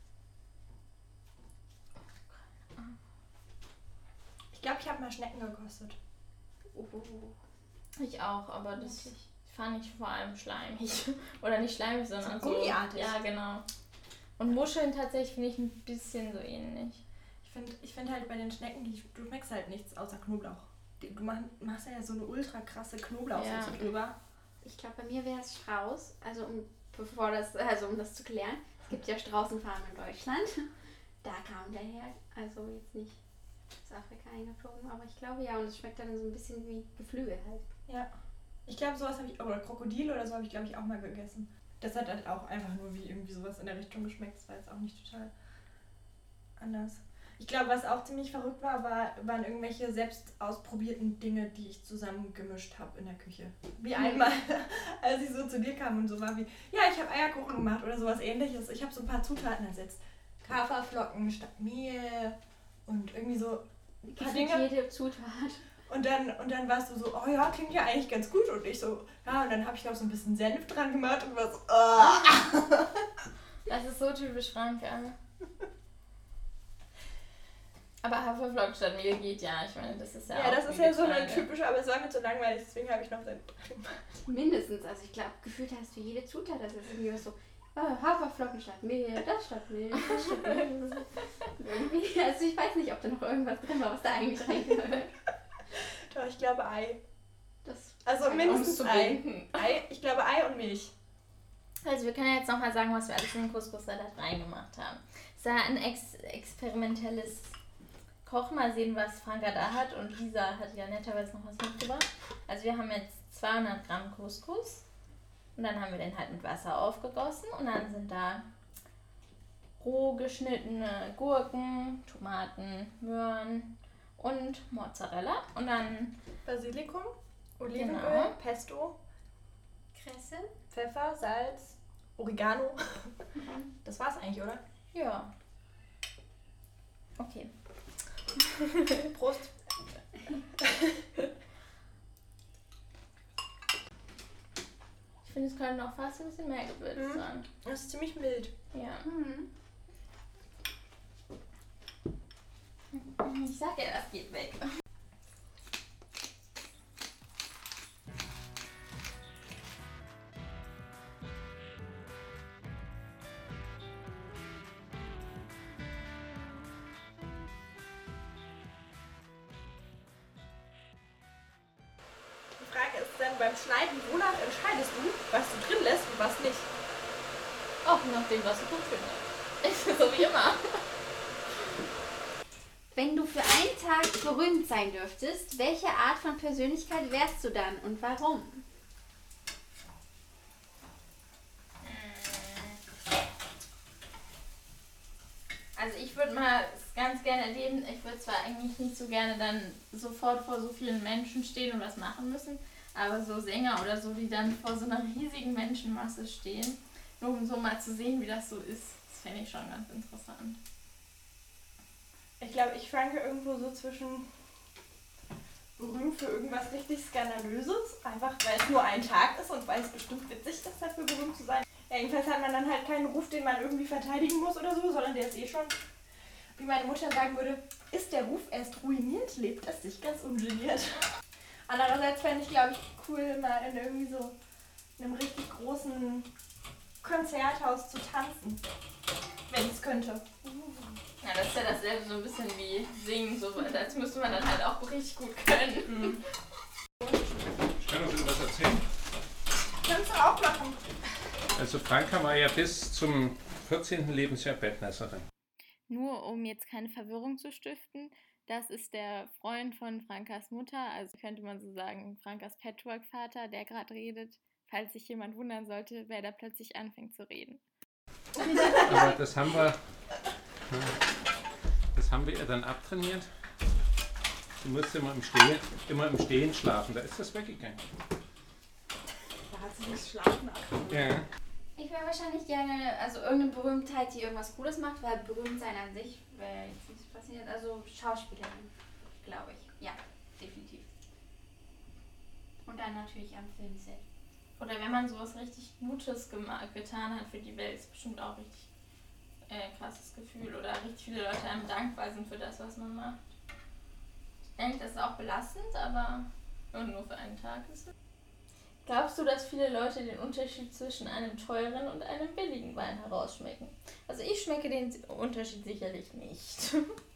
Ich glaube, ich habe mal Schnecken gekostet. Oh. Ich auch, aber das fand ich vor allem schleimig. Oder nicht schleimig, sondern so. Gummiartig. Ja, genau. Und Muscheln tatsächlich finde ich ein bisschen so ähnlich. Ich finde ich find halt bei den Schnecken, die, du schmeckst halt nichts außer Knoblauch. Du mach, machst ja so eine ultra krasse Knoblauchsoße Ja. drüber. Ich glaube, bei mir wäre es Strauß. Also um, bevor das, also um das zu klären. Es gibt ja Straußenfarmen in Deutschland. Da kam der her. Also jetzt nicht aus Afrika eingeflogen, aber ich glaube ja. Und es schmeckt dann so ein bisschen wie Geflügel halt. Ja. Ich glaube, sowas habe ich, oder Krokodil oder so habe ich, glaube ich, auch mal gegessen. Das hat halt auch einfach nur wie irgendwie sowas in der Richtung geschmeckt. Das war jetzt auch nicht total anders. Ich glaube, was auch ziemlich verrückt war, war waren irgendwelche selbst ausprobierten Dinge, die ich zusammengemischt habe in der Küche. Wie einmal, als ich so zu dir kam und so war wie, ja, ich habe Eierkuchen gemacht oder sowas ähnliches. Ich habe so ein paar Zutaten ersetzt. Haferflocken statt Mehl und irgendwie so ein paar Dinge. Jede Zutat. Und dann, und dann warst du so, oh ja, klingt ja eigentlich ganz gut. Und ich so, ja, und dann habe ich noch so ein bisschen Senf dran gemacht und war so, oh. Das ist so typisch Franke. Aber Haferflocken statt Mehl geht ja. Ich meine, das ist ja Ja, auch das ist ja so eine Getreide. typische, aber es war mir zu langweilig, deswegen habe ich noch Senf dran gemacht. Mindestens. Also ich glaube, gefühlt hast du jede Zutat. Das ist irgendwie so, oh, Haferflocken statt Mehl, das statt Mehl, das statt Mehl. Irgendwie, also ich weiß nicht, ob da noch irgendwas drin war, was da eigentlich reingehört. Doch, ich glaube Ei. Das Also mindestens zu Ei. binden. Ei. Ich glaube Ei und Milch. Also wir können ja jetzt nochmal sagen, was wir alles in den Couscous-Salat reingemacht haben. Es war ein ex experimentelles Kochen. Mal sehen, was Franka da hat. Und Lisa hat ja netterweise noch was mitgebracht. Also wir haben jetzt zweihundert Gramm Couscous. Und dann haben wir den halt mit Wasser aufgegossen. Und dann sind da roh geschnittene Gurken, Tomaten, Möhren und Mozzarella. Und dann Basilikum, Olivenöl, Genau. Pesto, Kresse. Pfeffer, Salz, Oregano. Das war's eigentlich, oder? ja. Okay. Prost. Ich finde, es können auch fast ein bisschen mehr Gewürze Mhm. sein. Das ist ziemlich mild. Ja. Mhm. Ich sag ja, das geht weg. Die Frage ist dann beim Schneiden, wonach entscheidest du, was du drin lässt und was nicht? Auch nach dem, was ich gut finde. Ich, so wie immer. Wenn du für einen Tag berühmt sein dürftest, welche Art von Persönlichkeit wärst du dann und warum? Also ich würde mal ganz gerne erleben, ich würde zwar eigentlich nicht so gerne dann sofort vor so vielen Menschen stehen und was machen müssen, aber so Sänger oder so, die dann vor so einer riesigen Menschenmasse stehen, nur um so mal zu sehen, wie das so ist, das fände ich schon ganz interessant. Ich glaube, ich schwanke irgendwo so zwischen berühmt für irgendwas richtig Skandalöses, einfach weil es nur ein Tag ist und weil es bestimmt witzig ist, dafür berühmt zu sein. Ja, jedenfalls hat man dann halt keinen Ruf, den man irgendwie verteidigen muss oder so, sondern der ist eh schon, wie meine Mutter sagen würde, ist der Ruf erst ruiniert, lebt es sich ganz ungeniert. Andererseits fände ich, glaube ich, cool, mal in irgendwie so einem richtig großen Konzerthaus zu tanzen, wenn ich es könnte. Ja, das ist ja dasselbe so ein bisschen wie singen, so, das müsste man dann halt auch richtig gut können. Mhm. Ich kann noch ein bisschen was erzählen. Kannst du auch machen. Also Franka war ja bis zum vierzehnten Lebensjahr Bettnässerin. Nur um jetzt keine Verwirrung zu stiften, das ist der Freund von Frankas Mutter, also könnte man so sagen, Frankas Patchwork-Vater, der gerade redet, falls sich jemand wundern sollte, wer da plötzlich anfängt zu reden. Aber das haben wir, das haben wir ihr dann abtrainiert. Du musst immer im Stehen, immer im Stehen schlafen, da ist das weggegangen. Da hat sie das Schlafen ab. Ja. Ich wäre wahrscheinlich gerne, also irgendeine Berühmtheit, die irgendwas Cooles macht, weil berühmt sein an sich wäre jetzt nicht so faszinierend. Also Schauspielerin, glaube ich. Ja, definitiv. Und dann natürlich am Filmset. Oder wenn man sowas richtig Gutes gema- getan hat für die Welt, ist bestimmt auch richtig äh, krasses Gefühl. Oder richtig viele Leute einem dankbar sind für das, was man macht. Ich denke, das ist auch belastend, aber nur für einen Tag ist es. Glaubst du, dass viele Leute den Unterschied zwischen einem teuren und einem billigen Wein herausschmecken? Also ich schmecke den Unterschied sicherlich nicht.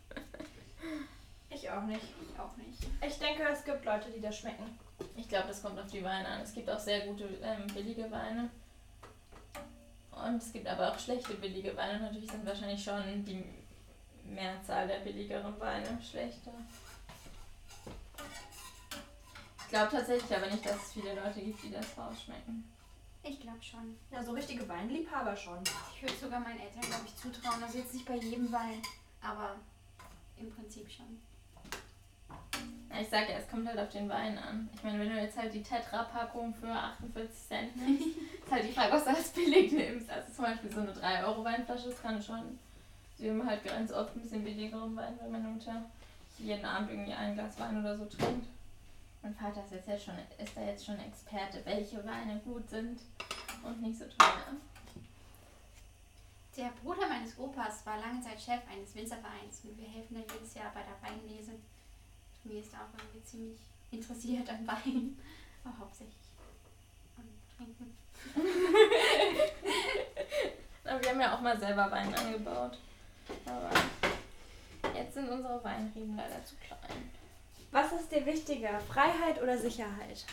Ich auch nicht. Ich auch nicht. Ich denke, es gibt Leute, die das schmecken. Ich glaube, das kommt auf die Weine an. Es gibt auch sehr gute ähm, billige Weine. Und es gibt aber auch schlechte billige Weine. Natürlich sind wahrscheinlich schon die Mehrzahl der billigeren Weine schlechter. Ich glaube tatsächlich aber nicht, dass es viele Leute gibt, die das rausschmecken. Ich glaube schon. Ja, so richtige Weinliebhaber schon. Ich würde sogar meinen Eltern, glaube ich, zutrauen. Also jetzt nicht bei jedem Wein, aber im Prinzip schon. Ja, ich sage ja, es kommt halt auf den Wein an. Ich meine, wenn du jetzt halt die Tetra-Packung für achtundvierzig Cent nimmst, ist halt die Frage, was du als billig nimmst. Also zum Beispiel so eine drei Euro Weinflasche, das kann schon. Wir haben halt ganz oft ein bisschen billigeren Wein, weil meine Mutter jeden Abend irgendwie ein Glas Wein oder so trinkt. Mein Vater ist, jetzt schon, ist da jetzt schon Experte, welche Weine gut sind und nicht so teuer. Der Bruder meines Opas war lange Zeit Chef eines Winzervereins und wir helfen dann jedes Jahr bei der Weinlese. Mir ist auch irgendwie ziemlich interessiert an Wein, aber hauptsächlich an Trinken. Aber wir haben ja auch mal selber Wein angebaut. Aber jetzt sind unsere Weinreben leider zu klein. Was ist dir wichtiger, Freiheit oder Sicherheit?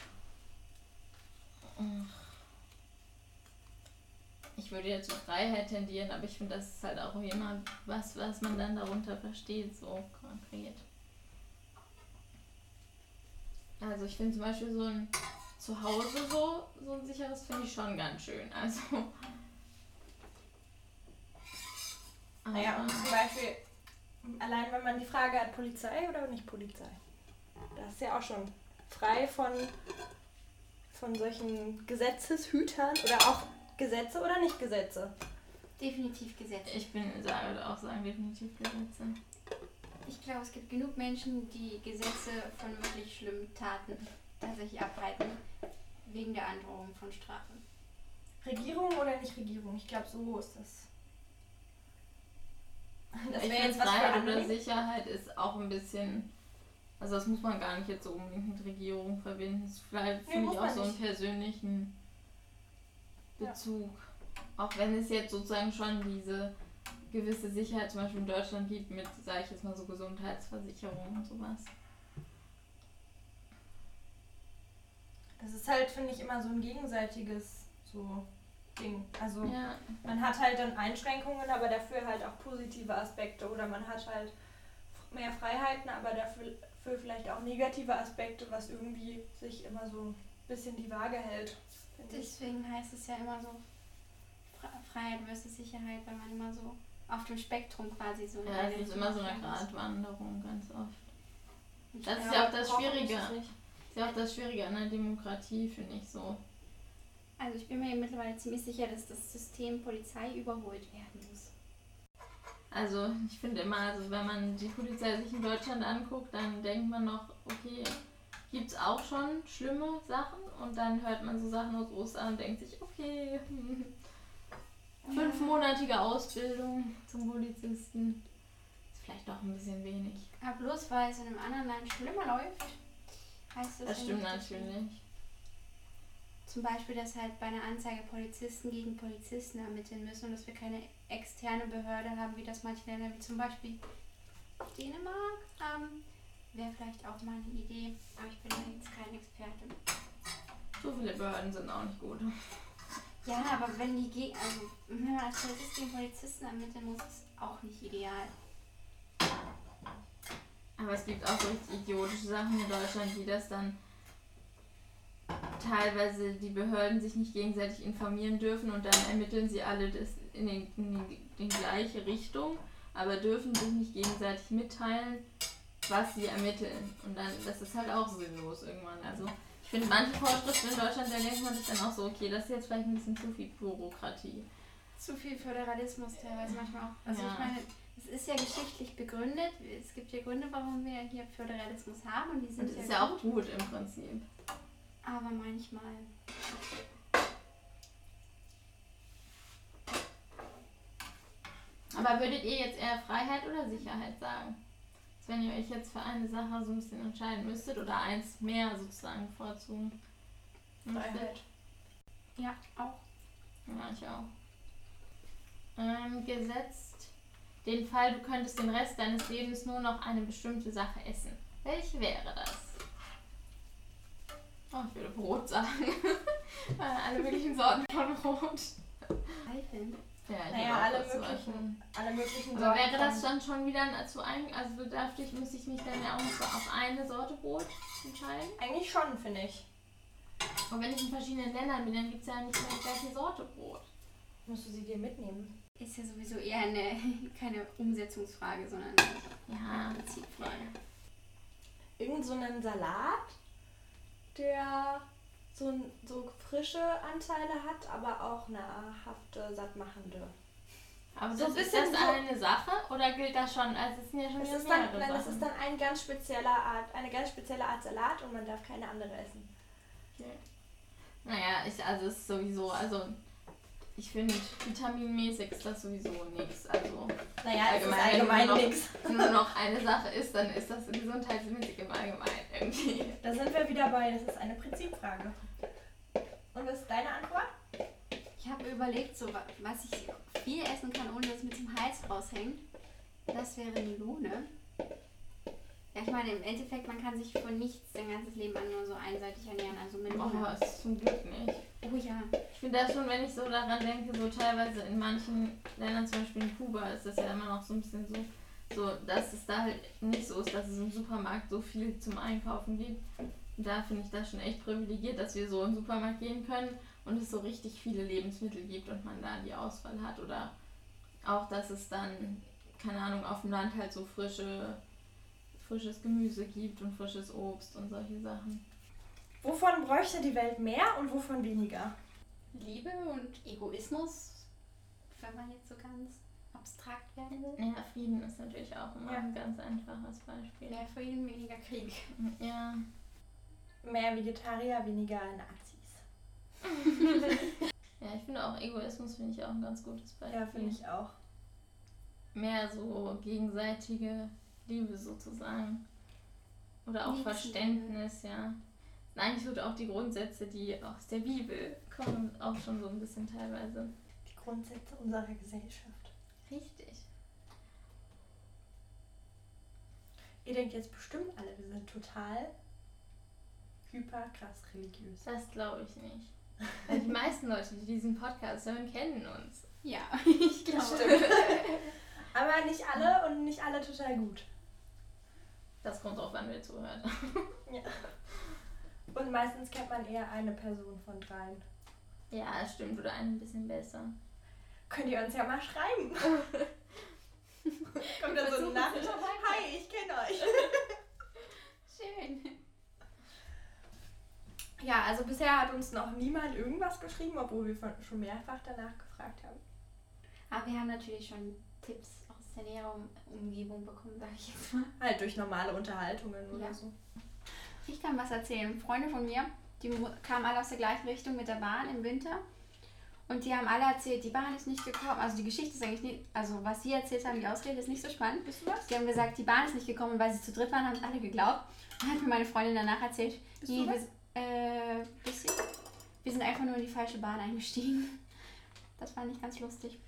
Ich würde ja zur Freiheit tendieren, aber ich finde, das ist halt auch immer was, was man dann darunter versteht, so konkret. Also ich finde zum Beispiel so ein Zuhause so, so ein sicheres finde ich schon ganz schön. Also. Naja, aber- und zum Beispiel, allein wenn man die Frage hat, Polizei oder nicht Polizei? Das ist ja auch schon frei von, von solchen Gesetzeshütern oder auch Gesetze oder nicht Gesetze. Definitiv Gesetze. Ich bin, sage, würde auch sagen, definitiv Gesetze. Ich glaube, es gibt genug Menschen, die Gesetze von wirklich schlimmen Taten tatsächlich abhalten, wegen der Androhung von Strafen. Regierung oder nicht Regierung? Ich glaube, so ist das. Das Ich wäre finde, jetzt was für Freiheit oder andere. Sicherheit ist auch ein bisschen, also das muss man gar nicht jetzt so unbedingt mit Regierung verbinden. Das ist vielleicht, Nee, finde muss ich, auch man so einen nicht. persönlichen Ja. Bezug. Auch wenn es jetzt sozusagen schon diese gewisse Sicherheit zum Beispiel in Deutschland gibt mit, sage ich jetzt mal so, Gesundheitsversicherung und sowas. Das ist halt, finde ich, immer so ein gegenseitiges so Ding. Also Ja, man hat halt dann Einschränkungen, aber dafür halt auch positive Aspekte. Oder man hat halt mehr Freiheiten, aber dafür für vielleicht auch negative Aspekte, was irgendwie sich immer so ein bisschen die Waage hält. finde ich. Deswegen heißt es ja immer so Fre- Freiheit versus Sicherheit, weil man immer so auf dem Spektrum quasi so in ja, eine es ist Richtung immer so eine fahren muss. Gratwanderung ganz oft. Und Das ich ist glaube, ja auch das hoffentlich Schwierige. ist es nicht. Das ist ja auch das Schwierige an der Demokratie, finde ich so. Also ich bin mir mittlerweile ziemlich sicher, dass das System Polizei überholt werden muss. Also ich finde immer, also wenn man die Polizei sich in Deutschland anguckt, dann denkt man noch, okay, gibt's auch schon schlimme Sachen und dann hört man so Sachen aus Ostern und denkt sich, okay, hm, fünfmonatige Ausbildung zum Polizisten ist vielleicht doch ein bisschen wenig. Aber bloß weil es in einem anderen Land schlimmer läuft, heißt das, Das ja stimmt nicht, dass wir- natürlich. Zum Beispiel, dass halt bei einer Anzeige Polizisten gegen Polizisten ermitteln müssen und dass wir keine externe Behörde haben, wie das manche Länder, wie zum Beispiel Dänemark, haben. Wäre vielleicht auch mal eine Idee, aber ich bin da jetzt kein Experte. So viele Behörden sind auch nicht gut. Ja, aber wenn die ge also wenn man als Polizist gegen Polizisten ermitteln muss, ist auch nicht ideal. Aber es gibt auch so richtig idiotische Sachen in Deutschland, die das dann teilweise die Behörden sich nicht gegenseitig informieren dürfen und dann ermitteln sie alle das in, den, in die, die gleiche Richtung, aber dürfen sich nicht gegenseitig mitteilen, was sie ermitteln. Und dann, das ist halt auch sinnlos irgendwann. Also ich finde manche Vorschriften in Deutschland, da denkt man sich dann auch so, okay, das ist jetzt vielleicht ein bisschen zu viel Bürokratie. Zu viel Föderalismus teilweise manchmal auch. Also Ja. ich meine, es ist ja geschichtlich begründet. Es gibt ja Gründe, warum wir hier Föderalismus haben und die sind Und das ist ja auch gut im Prinzip. Aber manchmal. Aber würdet ihr jetzt eher Freiheit oder Sicherheit sagen? Als wenn ihr euch jetzt für eine Sache so ein bisschen entscheiden müsstet oder eins mehr sozusagen vorzugen müsstet? Freiheit. Ja, auch. Ja, ich auch. Ähm, gesetzt den Fall, du könntest den Rest deines Lebens nur noch eine bestimmte Sache essen. Welche wäre das? Oh, ich würde Brot sagen. Alle möglichen Sorten von Brot. Zweifeln. Ja, ich Naja, würde auch alle was zu möglichen, essen. alle möglichen Aber Sorten wäre das von- dann schon wieder zu ein, also bedarf ich, müsste ich mich dann ja auch noch so auf eine Sorte Brot entscheiden? Eigentlich schon, finde ich. Und wenn ich in verschiedenen Ländern bin, dann gibt es ja nicht mehr die gleiche Sorte Brot. Musst du sie dir mitnehmen. Ist ja sowieso eher eine, keine Umsetzungsfrage, sondern Ja, eine Prinzipfrage. Irgend so einen Salat, der so, ein- so frische Anteile hat, aber auch nahrhafte, sattmachende. aber So das ein ist bisschen das so- eine Sache oder gilt das schon? Also es sind ja schon Es wieder ist dann, mehrere nein, das Sachen. ist dann ein ganz spezieller Art, eine ganz spezielle Art Salat und man darf keine andere essen. Okay. Naja, ich, also es ist sowieso, also ich finde, vitaminmäßig ist das sowieso nichts. Also Naja, es ist Allgemein, allgemein nur noch- nichts. nur noch eine Sache ist, dann ist das gesundheitsmäßig im Allgemeinen irgendwie. Da sind wir wieder bei, das ist eine Prinzipfrage. Und was ist deine Antwort? Ich habe überlegt, so, wa- was ich viel essen kann, ohne dass es mir zum Hals raushängt. Das wäre Melone. Ja, ich meine, im Endeffekt, man kann sich von nichts sein ganzes Leben an nur so einseitig ernähren. Also Oh, Melone. das ist zum Glück nicht. Oh ja. Ich finde das schon, wenn ich so daran denke, so teilweise in manchen Ländern, zum Beispiel in Kuba, ist das ja immer noch so ein bisschen so, so dass es da halt nicht so ist, dass es im Supermarkt so viel zum Einkaufen gibt. Und da finde ich das schon echt privilegiert, dass wir so in den Supermarkt gehen können und es so richtig viele Lebensmittel gibt und man da die Auswahl hat. Oder auch, dass es dann, keine Ahnung, auf dem Land halt so frische, frisches Gemüse gibt und frisches Obst und solche Sachen. Wovon bräuchte die Welt mehr und wovon weniger? Liebe und Egoismus, wenn man jetzt so ganz abstrakt werden will. Ja, Frieden ist natürlich auch immer Ja. ein ganz einfaches Beispiel. Mehr Frieden, weniger Krieg. Ja. Mehr Vegetarier, weniger Nazis. Ja, ich finde auch Egoismus finde ich auch ein ganz gutes Beispiel. Ja, finde ich auch. Mehr so gegenseitige Liebe sozusagen. Oder auch Nächstenliebe. Verständnis, ja. Und eigentlich so auch die Grundsätze, die aus der Bibel kommen, auch schon so ein bisschen teilweise. Die Grundsätze unserer Gesellschaft. Richtig. Ihr denkt jetzt bestimmt alle, wir sind total hyper krass religiös. Das glaube ich nicht. Weil die meisten Leute, die diesen Podcast hören, kennen uns. Ja, ich glaube. Stimmt. Aber nicht alle und nicht alle total gut. Das kommt drauf an, wer zuhört. Ja. Und meistens kennt man eher eine Person von dreien. Ja, das stimmt. Oder ein bisschen besser. Könnt ihr uns ja mal schreiben. Kommt da so eine versuchen Nachricht? es. Hi, ich kenne euch. Schön. Ja, also bisher hat uns noch niemand irgendwas geschrieben, obwohl wir von- schon mehrfach danach gefragt haben. Aber wir haben natürlich schon Tipps aus der näheren Umgebung bekommen, sag ich jetzt mal. Halt durch normale Unterhaltungen oder Ja. so. Ich kann was erzählen. Freunde von mir, die mu- kamen alle aus der gleichen Richtung mit der Bahn im Winter. Und die haben alle erzählt, die Bahn ist nicht gekommen. Also die Geschichte ist eigentlich nicht, also was sie erzählt haben, die Ausrede ist nicht so spannend. Bist du was? Die haben gesagt, die Bahn ist nicht gekommen und weil sie zu dritt waren, haben es alle geglaubt. Dann hat mir meine Freundin danach erzählt, Bist nee, du wir, äh, bisschen. Wir sind einfach nur in die falsche Bahn eingestiegen. Das fand ich ganz lustig.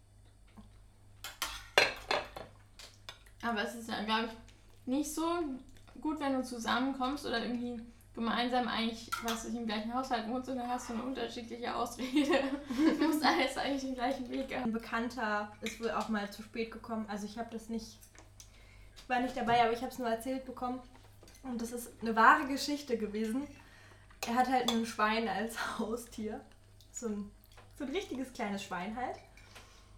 Aber es ist ja, glaube ich, nicht so gut, wenn du zusammenkommst oder irgendwie gemeinsam eigentlich, was du im gleichen Haushalt wohnst und dann hast du eine unterschiedliche Ausrede. Du musst alles eigentlich den gleichen Weg gehen. Ein Bekannter ist wohl auch mal zu spät gekommen. Also ich habe das nicht, ich war nicht dabei, aber ich habe es nur erzählt bekommen. Und das ist eine wahre Geschichte gewesen. Er hat halt ein Schwein als Haustier. So ein, so ein richtiges kleines Schwein halt.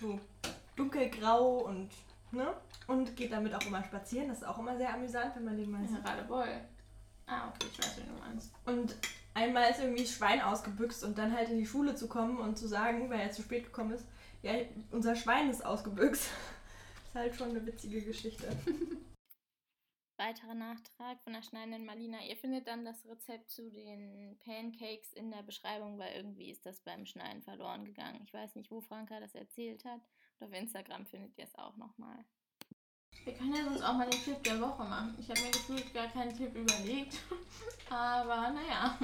so dunkelgrau und, ne? Und geht damit auch immer spazieren. Das ist auch immer sehr amüsant, wenn man den mal Ja, sieht. Radebeul. Ah, okay, ich weiß, wie du meinst. Und einmal ist irgendwie das Schwein ausgebüxt und dann halt in die Schule zu kommen und zu sagen, weil er zu spät gekommen ist, ja, unser Schwein ist ausgebüxt. Ist halt schon eine witzige Geschichte. Weiterer Nachtrag von der schneidenden Marlina. Ihr findet dann das Rezept zu den Pancakes in der Beschreibung, weil irgendwie ist das beim Schneiden verloren gegangen. Ich weiß nicht, wo Franka das erzählt hat. Und auf Instagram findet ihr es auch nochmal. Wir können ja sonst auch mal den Tipp der Woche machen. Ich habe mir gefühlt gar keinen Tipp überlegt. Aber naja.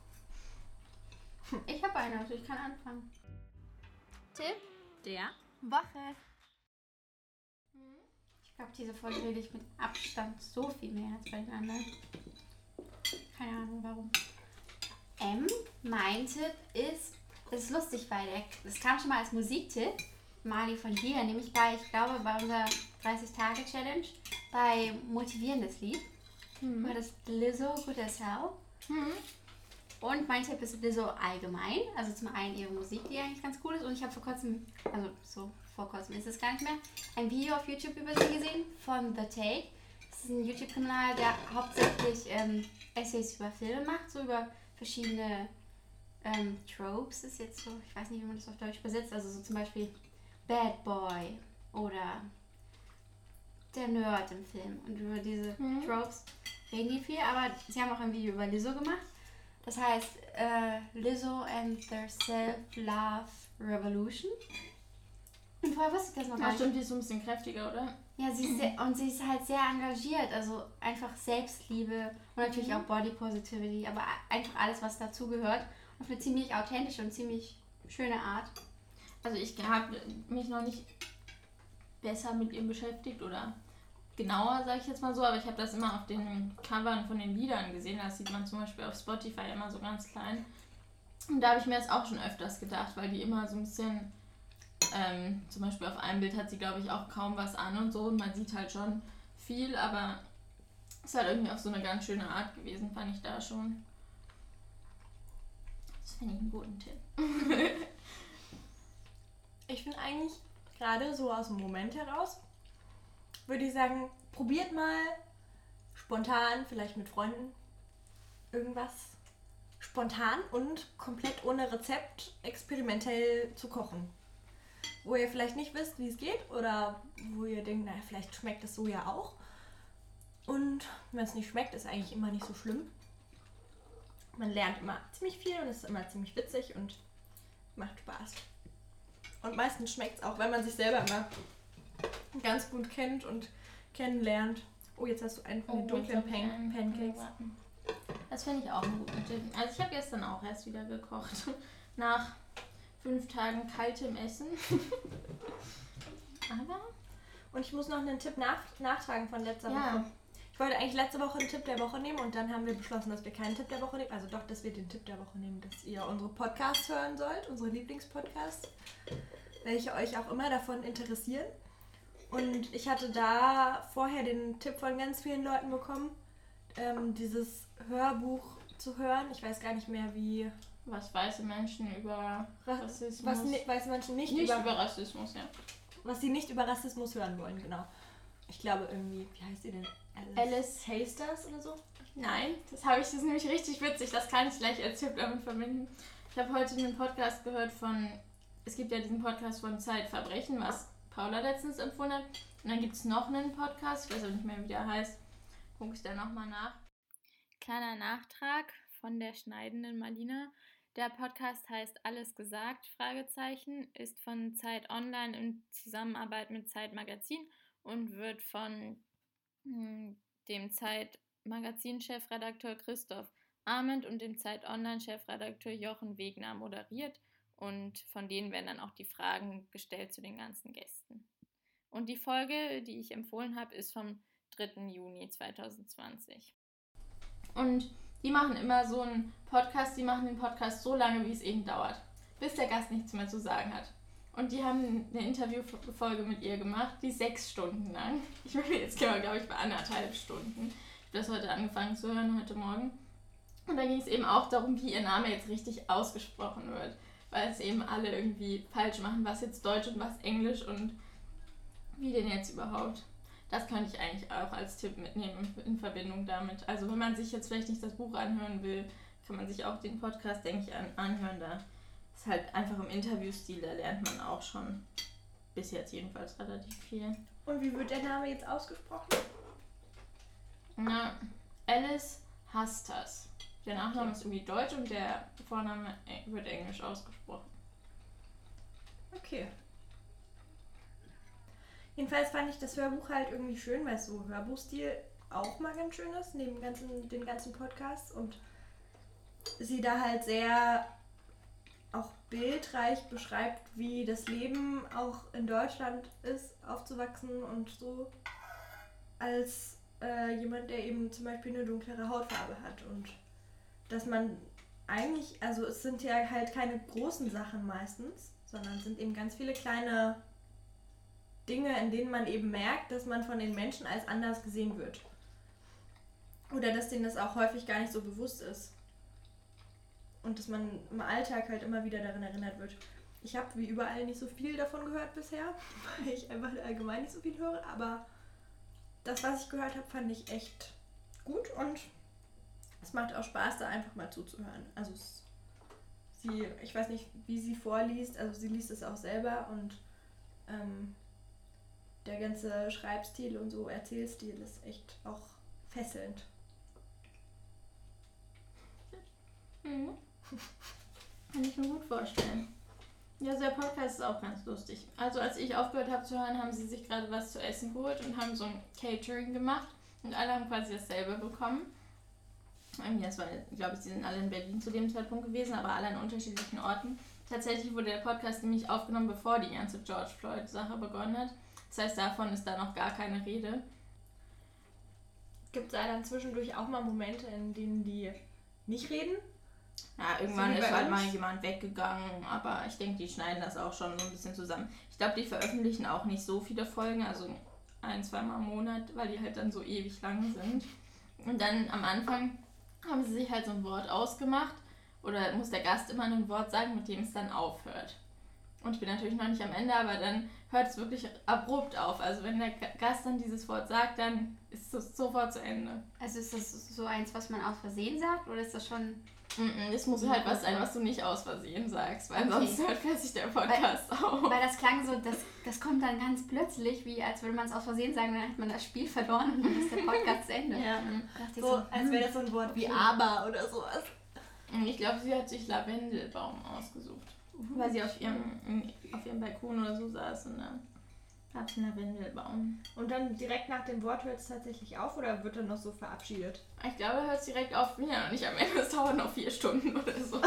Ich habe eine, also ich kann anfangen. Tipp Der Woche. Ich glaube, diese Folge rede ich mit Abstand so viel mehr als bei den anderen. Keine Ahnung warum. M, mein Tipp ist, das ist lustig, weil der, das kam schon mal als Musiktipp, Mali von dir, nämlich bei, ich glaube, bei unserer dreißig-Tage-Challenge, bei Motivierendes Lied, Mhm. war das Lizzo Good as Hell. Mhm. Und mein Tipp ist Lizzo allgemein, also zum einen ihre Musik, die eigentlich ganz cool ist, und ich habe vor kurzem, also so vor kurzem ist es gar nicht mehr, ein Video auf YouTube über sie gesehen von The Take. Das ist ein YouTube-Kanal, der hauptsächlich ähm, Essays über Filme macht, so über verschiedene ähm, Tropes ist jetzt so, ich weiß nicht, wie man das auf Deutsch übersetzt, also so zum Beispiel Bad Boy oder der Nerd im Film, und über diese Mhm. Tropes reden die viel, aber sie haben auch ein Video über Lizzo gemacht. Das heißt äh, Lizzo and their Self-Love Revolution. Und vorher wusste ich das noch gar Ja, nicht. stimmt, die ist so ein bisschen kräftiger, oder? Ja, sie ist sehr, und sie ist halt sehr engagiert, also einfach Selbstliebe und natürlich auch Body Positivity, aber einfach alles, was dazugehört, auf eine ziemlich authentische und ziemlich schöne Art. Also ich habe mich noch nicht besser mit ihr beschäftigt oder genauer, sage ich jetzt mal so, aber ich habe das immer auf den Covern von den Liedern gesehen. Das sieht man zum Beispiel auf Spotify immer so ganz klein. Und da habe ich mir das auch schon öfters gedacht, weil die immer so ein bisschen, ähm, zum Beispiel auf einem Bild hat sie, glaube ich, auch kaum was an und so. Und man sieht halt schon viel, aber es ist halt irgendwie auf so eine ganz schöne Art gewesen, fand ich da schon. Das finde ich einen guten Tipp. Ich finde eigentlich, gerade so aus dem Moment heraus, würde ich sagen, probiert mal spontan, vielleicht mit Freunden, irgendwas spontan und komplett ohne Rezept experimentell zu kochen. Wo ihr vielleicht nicht wisst, wie es geht oder wo ihr denkt, naja, vielleicht schmeckt es so ja auch. Und wenn es nicht schmeckt, ist eigentlich immer nicht so schlimm. Man lernt immer ziemlich viel und es ist immer ziemlich witzig und macht Spaß. Und meistens schmeckt es auch, wenn man sich selber immer ganz gut kennt und kennenlernt. Oh, jetzt hast du einen von den dunklen jetzt hab ich Pan einen. Pancakes. Warten. Das finde ich auch einen guten Tipp. Also ich habe gestern auch erst wieder gekocht. Nach fünf Tagen kaltem Essen. Aber Und ich muss noch einen Tipp nach nachtragen von letzter Ja. Woche. Ich wollte eigentlich letzte Woche einen Tipp der Woche nehmen und dann haben wir beschlossen, dass wir keinen Tipp der Woche nehmen. Also doch, dass wir den Tipp der Woche nehmen, dass ihr unsere Podcasts hören sollt, unsere Lieblingspodcasts, welche euch auch immer davon interessieren. Und ich hatte da vorher den Tipp von ganz vielen Leuten bekommen, ähm, dieses Hörbuch zu hören. Ich weiß gar nicht mehr, wie... was weiße Menschen über Ra- Rassismus... Was ni- weiß manchen nicht, nicht über, über Rassismus, ja. was sie nicht über Rassismus hören wollen, genau. Ich glaube irgendwie, wie heißt sie denn? Alice Hasters oder so? Nein, das habe ich, das ist nämlich richtig witzig, das kann ich gleich als Tipp damit verbinden. Ich habe heute einen Podcast gehört von, es gibt ja diesen Podcast von Zeitverbrechen, was Paula letztens empfohlen hat. Und dann gibt es noch einen Podcast, ich weiß auch nicht mehr, wie der heißt, gucke ich da nochmal nach. Kleiner Nachtrag von der schneidenden Marlina. Der Podcast heißt Alles gesagt, Fragezeichen, ist von Zeit Online in Zusammenarbeit mit Zeit Magazin und wird von hm, dem Zeit Magazin-Chefredakteur Christoph Arment und dem Zeit Online-Chefredakteur Jochen Wegner moderiert, und von denen werden dann auch die Fragen gestellt zu den ganzen Gästen. Und die Folge, die ich empfohlen habe, ist vom dritten Juni zweitausendzwanzig. Und die machen immer so einen Podcast, die machen den Podcast so lange, wie es eben dauert, bis der Gast nichts mehr zu sagen hat. Und die haben eine Interviewfolge mit ihr gemacht, die sechs Stunden lang. Ich bin jetzt, glaube ich, bei anderthalb Stunden. Ich habe das heute angefangen zu hören, heute Morgen. Und da ging es eben auch darum, wie ihr Name jetzt richtig ausgesprochen wird. weil es eben alle irgendwie falsch machen, was jetzt Deutsch und was Englisch und wie denn jetzt überhaupt. Das könnte ich eigentlich auch als Tipp mitnehmen in Verbindung damit. Also wenn man sich jetzt vielleicht nicht das Buch anhören will, kann man sich auch den Podcast, denke ich, an, anhören. Da ist halt einfach im Interviewstil, da lernt man auch schon bis jetzt jedenfalls relativ viel. Und wie wird der Name jetzt ausgesprochen? Na, Alice Hastas. Der Nachname ist irgendwie deutsch und der Vorname wird englisch ausgesprochen. Okay. Jedenfalls fand ich das Hörbuch halt irgendwie schön, weil es so Hörbuchstil auch mal ganz schön ist, neben ganzen, den ganzen Podcasts. Und sie da halt sehr auch bildreich beschreibt, wie das Leben auch in Deutschland ist, aufzuwachsen und so, als äh, jemand, der eben zum Beispiel eine dunklere Hautfarbe hat. Und dass man eigentlich, also es sind ja halt keine großen Sachen meistens, sondern es sind eben ganz viele kleine Dinge, in denen man eben merkt, dass man von den Menschen als anders gesehen wird. Oder dass denen das auch häufig gar nicht so bewusst ist. Und dass man im Alltag halt immer wieder daran erinnert wird. Ich habe wie überall nicht so viel davon gehört bisher, weil ich einfach allgemein nicht so viel höre, aber das, was ich gehört habe, fand ich echt gut und es macht auch Spaß, da einfach mal zuzuhören. Also es, sie, ich weiß nicht, wie sie vorliest, also sie liest es auch selber und ähm, der ganze Schreibstil und so Erzählstil ist echt auch fesselnd. Mhm. Kann ich mir gut vorstellen. Ja, so der Podcast ist auch ganz lustig. Also als ich aufgehört habe zu hören, haben sie sich gerade was zu essen geholt und haben so ein Catering gemacht und alle haben quasi dasselbe bekommen. Das war, ich glaube, sie sind alle in Berlin zu dem Zeitpunkt gewesen, aber alle an unterschiedlichen Orten. Tatsächlich wurde der Podcast nämlich aufgenommen, bevor die ganze George Floyd-Sache begonnen hat. Das heißt, davon ist da noch gar keine Rede. Gibt es da dann zwischendurch auch mal Momente, in denen die nicht reden? Ja, irgendwann So wie ist bei halt uns? mal jemand weggegangen, aber ich denke, die schneiden das auch schon so ein bisschen zusammen. Ich glaube, die veröffentlichen auch nicht so viele Folgen, also ein, zweimal im Monat, weil die halt dann so ewig lang sind. Und dann am Anfang haben sie sich halt so ein Wort ausgemacht oder muss der Gast immer ein Wort sagen, mit dem es dann aufhört. Und ich bin natürlich noch nicht am Ende, aber dann hört es wirklich abrupt auf. Also wenn der Gast dann dieses Wort sagt, dann ist es sofort zu Ende. Also ist das so eins, was man aus Versehen sagt oder ist das schon... Mm-mm, das muss halt was sein, was du nicht aus Versehen sagst, weil Okay. sonst hört sich der Podcast auf. Weil das klang so, das, das kommt dann ganz plötzlich, wie als würde man es aus Versehen sagen, dann hat man das Spiel verloren und dann ist der Podcast zu Ende. Ja. Da dachte ich So, als wäre das so ein Wort wie aber oder sowas. Ich glaube, sie hat sich Lavendelbaum ausgesucht. Weil sie auf ihrem, auf ihrem Balkon oder so saß und dann gab es einen Lavendelbaum. Und dann direkt nach dem Wort hört es tatsächlich auf oder wird dann noch so verabschiedet? Ich glaube, hört es direkt auf. Ja, nicht am Ende, es dauert noch vier Stunden oder so.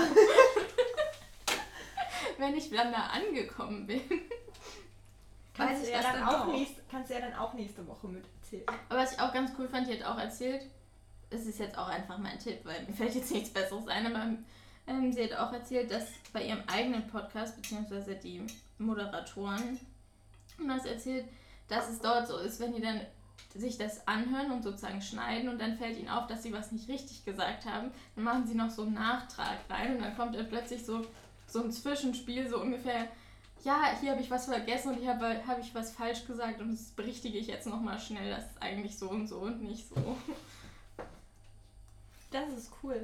Wenn ich dann da angekommen bin. Kannst Weiß du ich ja das dann dann auch auch. nächste, kannst du ja dann auch nächste Woche mit erzählen. Aber was ich auch ganz cool fand, die hat auch erzählt, es ist jetzt auch einfach mein Tipp, weil mir fällt jetzt nichts Besseres ein, aber ähm, sie hat auch erzählt, dass bei ihrem eigenen Podcast, beziehungsweise die Moderatoren, haben das erzählt, dass es dort so ist, wenn die dann sich das anhören und sozusagen schneiden und dann fällt ihnen auf, dass sie was nicht richtig gesagt haben, dann machen sie noch so einen Nachtrag rein und dann kommt dann plötzlich so, so ein Zwischenspiel, so ungefähr, ja, hier habe ich was vergessen und hier habe hab ich was falsch gesagt und das berichtige ich jetzt nochmal schnell, das ist eigentlich so und so und nicht so. Das ist cool.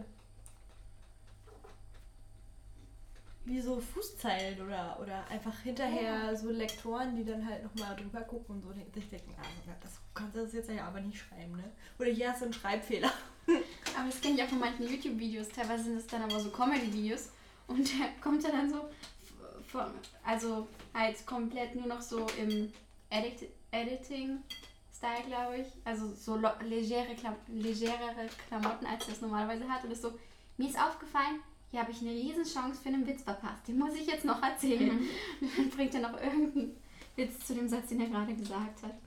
Wie so Fußzeilen oder, oder einfach hinterher so Lektoren, die dann halt nochmal drüber gucken und so und sich denken, ah, das kannst du das jetzt ja aber nicht schreiben, ne? Oder hier hast du einen Schreibfehler. Aber das kenne ich auch von manchen YouTube-Videos. Teilweise sind es dann aber so Comedy-Videos. Und der kommt ja dann so, von, also halt komplett nur noch so im Edit Editing-Style, glaube ich. Also so lo- legere Klam legerere Klamotten, als er es normalerweise hat. Und ist so, mir ist aufgefallen, hier habe ich eine riesen Chance für einen Witz verpasst. Den muss ich jetzt noch erzählen. Mhm. Und dann bringt er noch irgendeinen Witz zu dem Satz, den er gerade gesagt hat.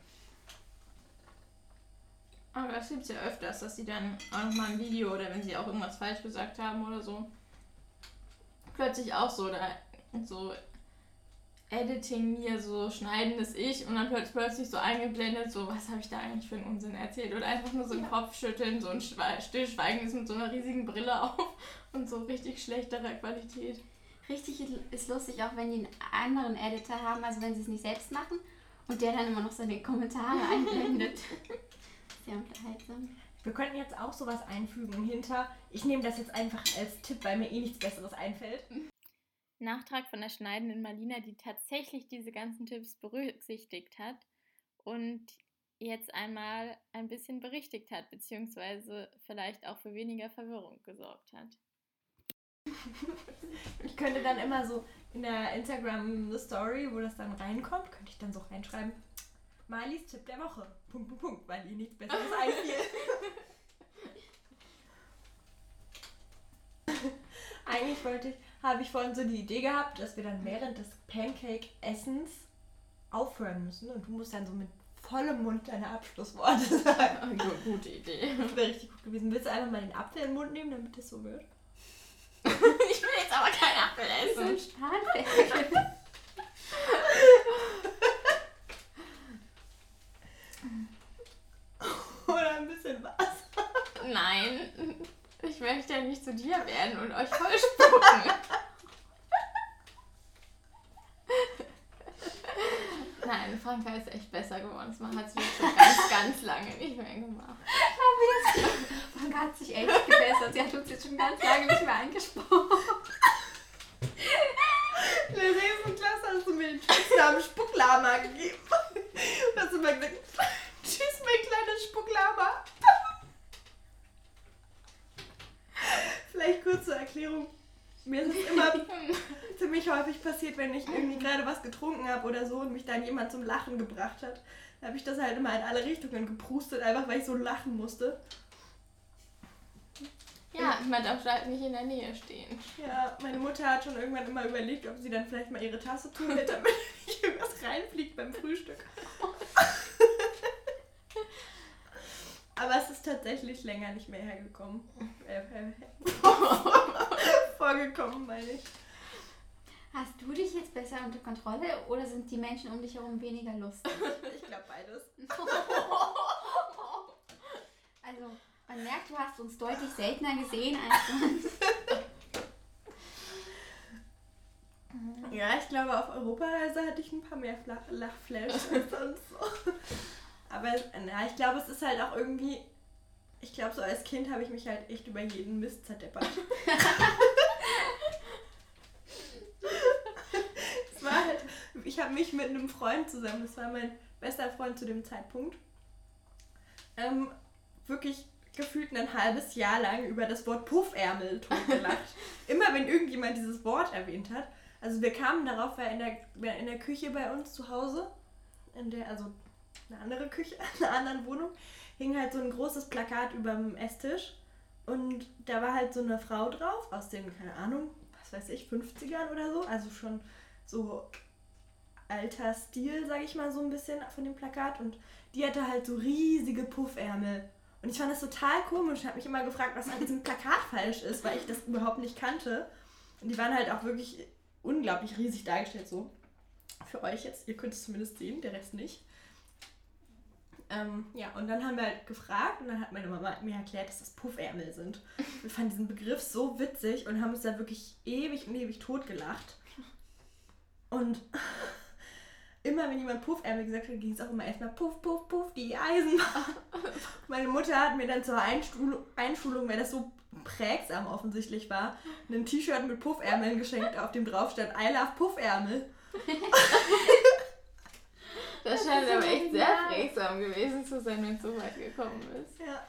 Aber das gibt es ja öfters, dass sie dann auch nochmal ein Video oder wenn sie auch irgendwas falsch gesagt haben oder so, plötzlich auch so, da so Editing mir, so schneidendes Ich und dann plötzlich, plötzlich so eingeblendet, so was habe ich da eigentlich für einen Unsinn erzählt oder einfach nur so ein Kopfschütteln, so ein Schwe- Stillschweigen ist mit so einer riesigen Brille auf und so richtig schlechterer Qualität. richtig ist lustig, auch wenn die einen anderen Editor haben, also wenn sie es nicht selbst machen und der dann immer noch seine Kommentare einblendet. Sehr unterhaltsam. Wir könnten jetzt auch sowas einfügen hinter. Ich nehme das jetzt einfach als Tipp, weil mir eh nichts Besseres einfällt. Nachtrag von der schneidenden Marlina, die tatsächlich diese ganzen Tipps berücksichtigt hat und jetzt einmal ein bisschen berichtigt hat, beziehungsweise vielleicht auch für weniger Verwirrung gesorgt hat. Ich könnte dann immer so in der Instagram-Story, wo das dann reinkommt, könnte ich dann so reinschreiben, Marlies Tipp der Woche. Punkt, Punkt, Punkt, weil ihr nichts Besseres einfiel. Eigentlich wollte ich, habe ich vorhin so die Idee gehabt, dass wir dann während des Pancake-Essens aufhören müssen und du musst dann so mit vollem Mund deine Abschlussworte sagen. Oh, gute Idee. Das wäre richtig gut gewesen. Willst du einfach mal den Apfel in den Mund nehmen, damit es so wird? Ich will jetzt aber keinen Apfel So ein essen. Spanferkel. Oder ein bisschen Wasser. Nein, ich möchte ja nicht zu dir werden und euch voll spucken. Nein, Franka ist echt besser geworden. Das hat sie schon ganz, ganz lange nicht mehr gemacht. Franka hat sich echt gebessert. Sie hat uns jetzt schon ganz lange nicht mehr angesprochen. In der Riesenklasse hast du mir den Spitznamen Spucklama gegeben. Und hast immer gesagt, tschüss, mein kleines Spucklama. Vielleicht kurz zur Erklärung. Mir ist es immer ziemlich häufig passiert, wenn ich irgendwie gerade was getrunken habe oder so und mich dann jemand zum Lachen gebracht hat. Da habe ich das halt immer in alle Richtungen geprustet, einfach weil ich so lachen musste. Ja, man darf halt nicht in der Nähe stehen. Ja, meine Mutter hat schon irgendwann immer überlegt, ob sie dann vielleicht mal ihre Tasse tun will, damit nicht irgendwas reinfliegt beim Frühstück. Aber es ist tatsächlich länger nicht mehr hergekommen. Äh, äh, vorgekommen, meine ich. Hast du dich jetzt besser unter Kontrolle oder sind die Menschen um dich herum weniger lustig? Ich glaube beides. Also, man merkt, du hast uns deutlich seltener gesehen als sonst. Ja, ich glaube, auf Europareise hatte ich ein paar mehr Flach- Lachflashs als sonst so. Aber na, ich glaube, es ist halt auch irgendwie... Ich glaube, so als Kind habe ich mich halt echt über jeden Mist zerdeppert. Es war halt... Ich habe mich mit einem Freund zusammen, das war mein bester Freund zu dem Zeitpunkt, ähm, wirklich gefühlt ein halbes Jahr lang über das Wort Puffärmel totgelacht. Immer wenn irgendjemand dieses Wort erwähnt hat. Also wir kamen darauf, weil in der, in der Küche bei uns zu Hause, in der, also eine andere Küche, in einer anderen Wohnung, hing halt so ein großes Plakat über dem Esstisch und da war halt so eine Frau drauf, aus den, keine Ahnung, was weiß ich, fünfzigern oder so, also schon so alter Stil, sag ich mal so ein bisschen von dem Plakat und die hatte halt so riesige Puffärmel. Und ich fand das total komisch. Ich habe mich immer gefragt, was an diesem Plakat falsch ist, weil ich das überhaupt nicht kannte. Und die waren halt auch wirklich unglaublich riesig dargestellt, so. Für euch jetzt, ihr könnt es zumindest sehen, der Rest nicht. Ähm, ja, und dann haben wir halt gefragt und dann hat meine Mama mir erklärt, dass das Puffärmel sind. Wir fanden diesen Begriff so witzig und haben uns da wirklich ewig und ewig totgelacht. Und immer wenn jemand Puffärmel gesagt hat, ging es auch immer erstmal Puff, Puff, Puff, die Eisenbahn. Meine Mutter hat mir dann zur Einschulung, Einschulung, weil das so prägsam offensichtlich war, ein T-Shirt mit Puffärmeln geschenkt, auf dem drauf stand I love Puffärmel. Das scheint aber echt sehr prägsam gewesen zu sein, wenn es so weit gekommen ist. Ja.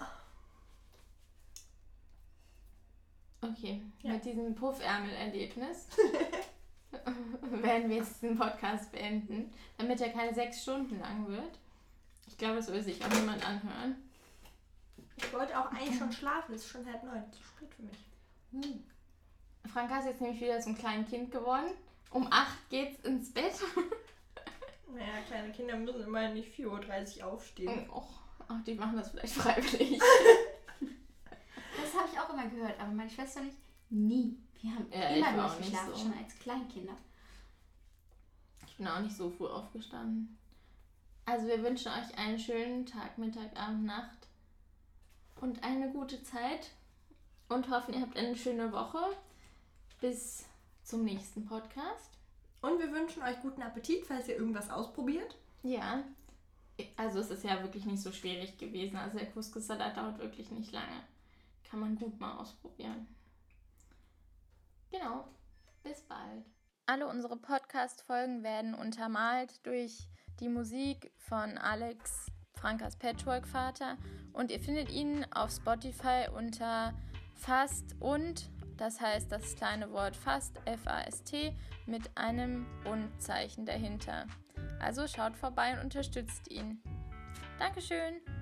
Okay, Ja. mit diesem Puffärmel-Erlebnis werden wir jetzt den Podcast beenden, damit er keine sechs Stunden lang wird. Ich glaube, das will sich auch niemand anhören. Ich wollte auch eigentlich schon schlafen, es ist schon halb neun, zu spät für mich. Hm. Franka ist jetzt nämlich wieder zum kleinen Kind geworden. Um acht geht's ins Bett. Naja, kleine Kinder müssen immer nicht vier Uhr dreißig aufstehen. Oh, ach, die machen das vielleicht freiwillig. Das habe ich auch immer gehört, aber meine Schwester und ich nie. Wir haben Ja, ich immer war auch nicht durchgeschlafen, so. schon als Kleinkinder. Ich bin auch nicht so früh aufgestanden. Also wir wünschen euch einen schönen Tag, Mittag, Abend, Nacht und eine gute Zeit und hoffen, ihr habt eine schöne Woche. Bis zum nächsten Podcast. Und wir wünschen euch guten Appetit, falls ihr irgendwas ausprobiert. Ja, also es ist ja wirklich nicht so schwierig gewesen. Also der Couscous-Salat dauert wirklich nicht lange. Kann man gut mal ausprobieren. Genau, bis bald. Alle unsere Podcast-Folgen werden untermalt durch die Musik von Alex, Frankas Patchwork-Vater. Und ihr findet ihn auf Spotify unter Fast und, das heißt das kleine Wort Fast, F A S T, mit einem Und-Zeichen dahinter. Also schaut vorbei und unterstützt ihn. Dankeschön!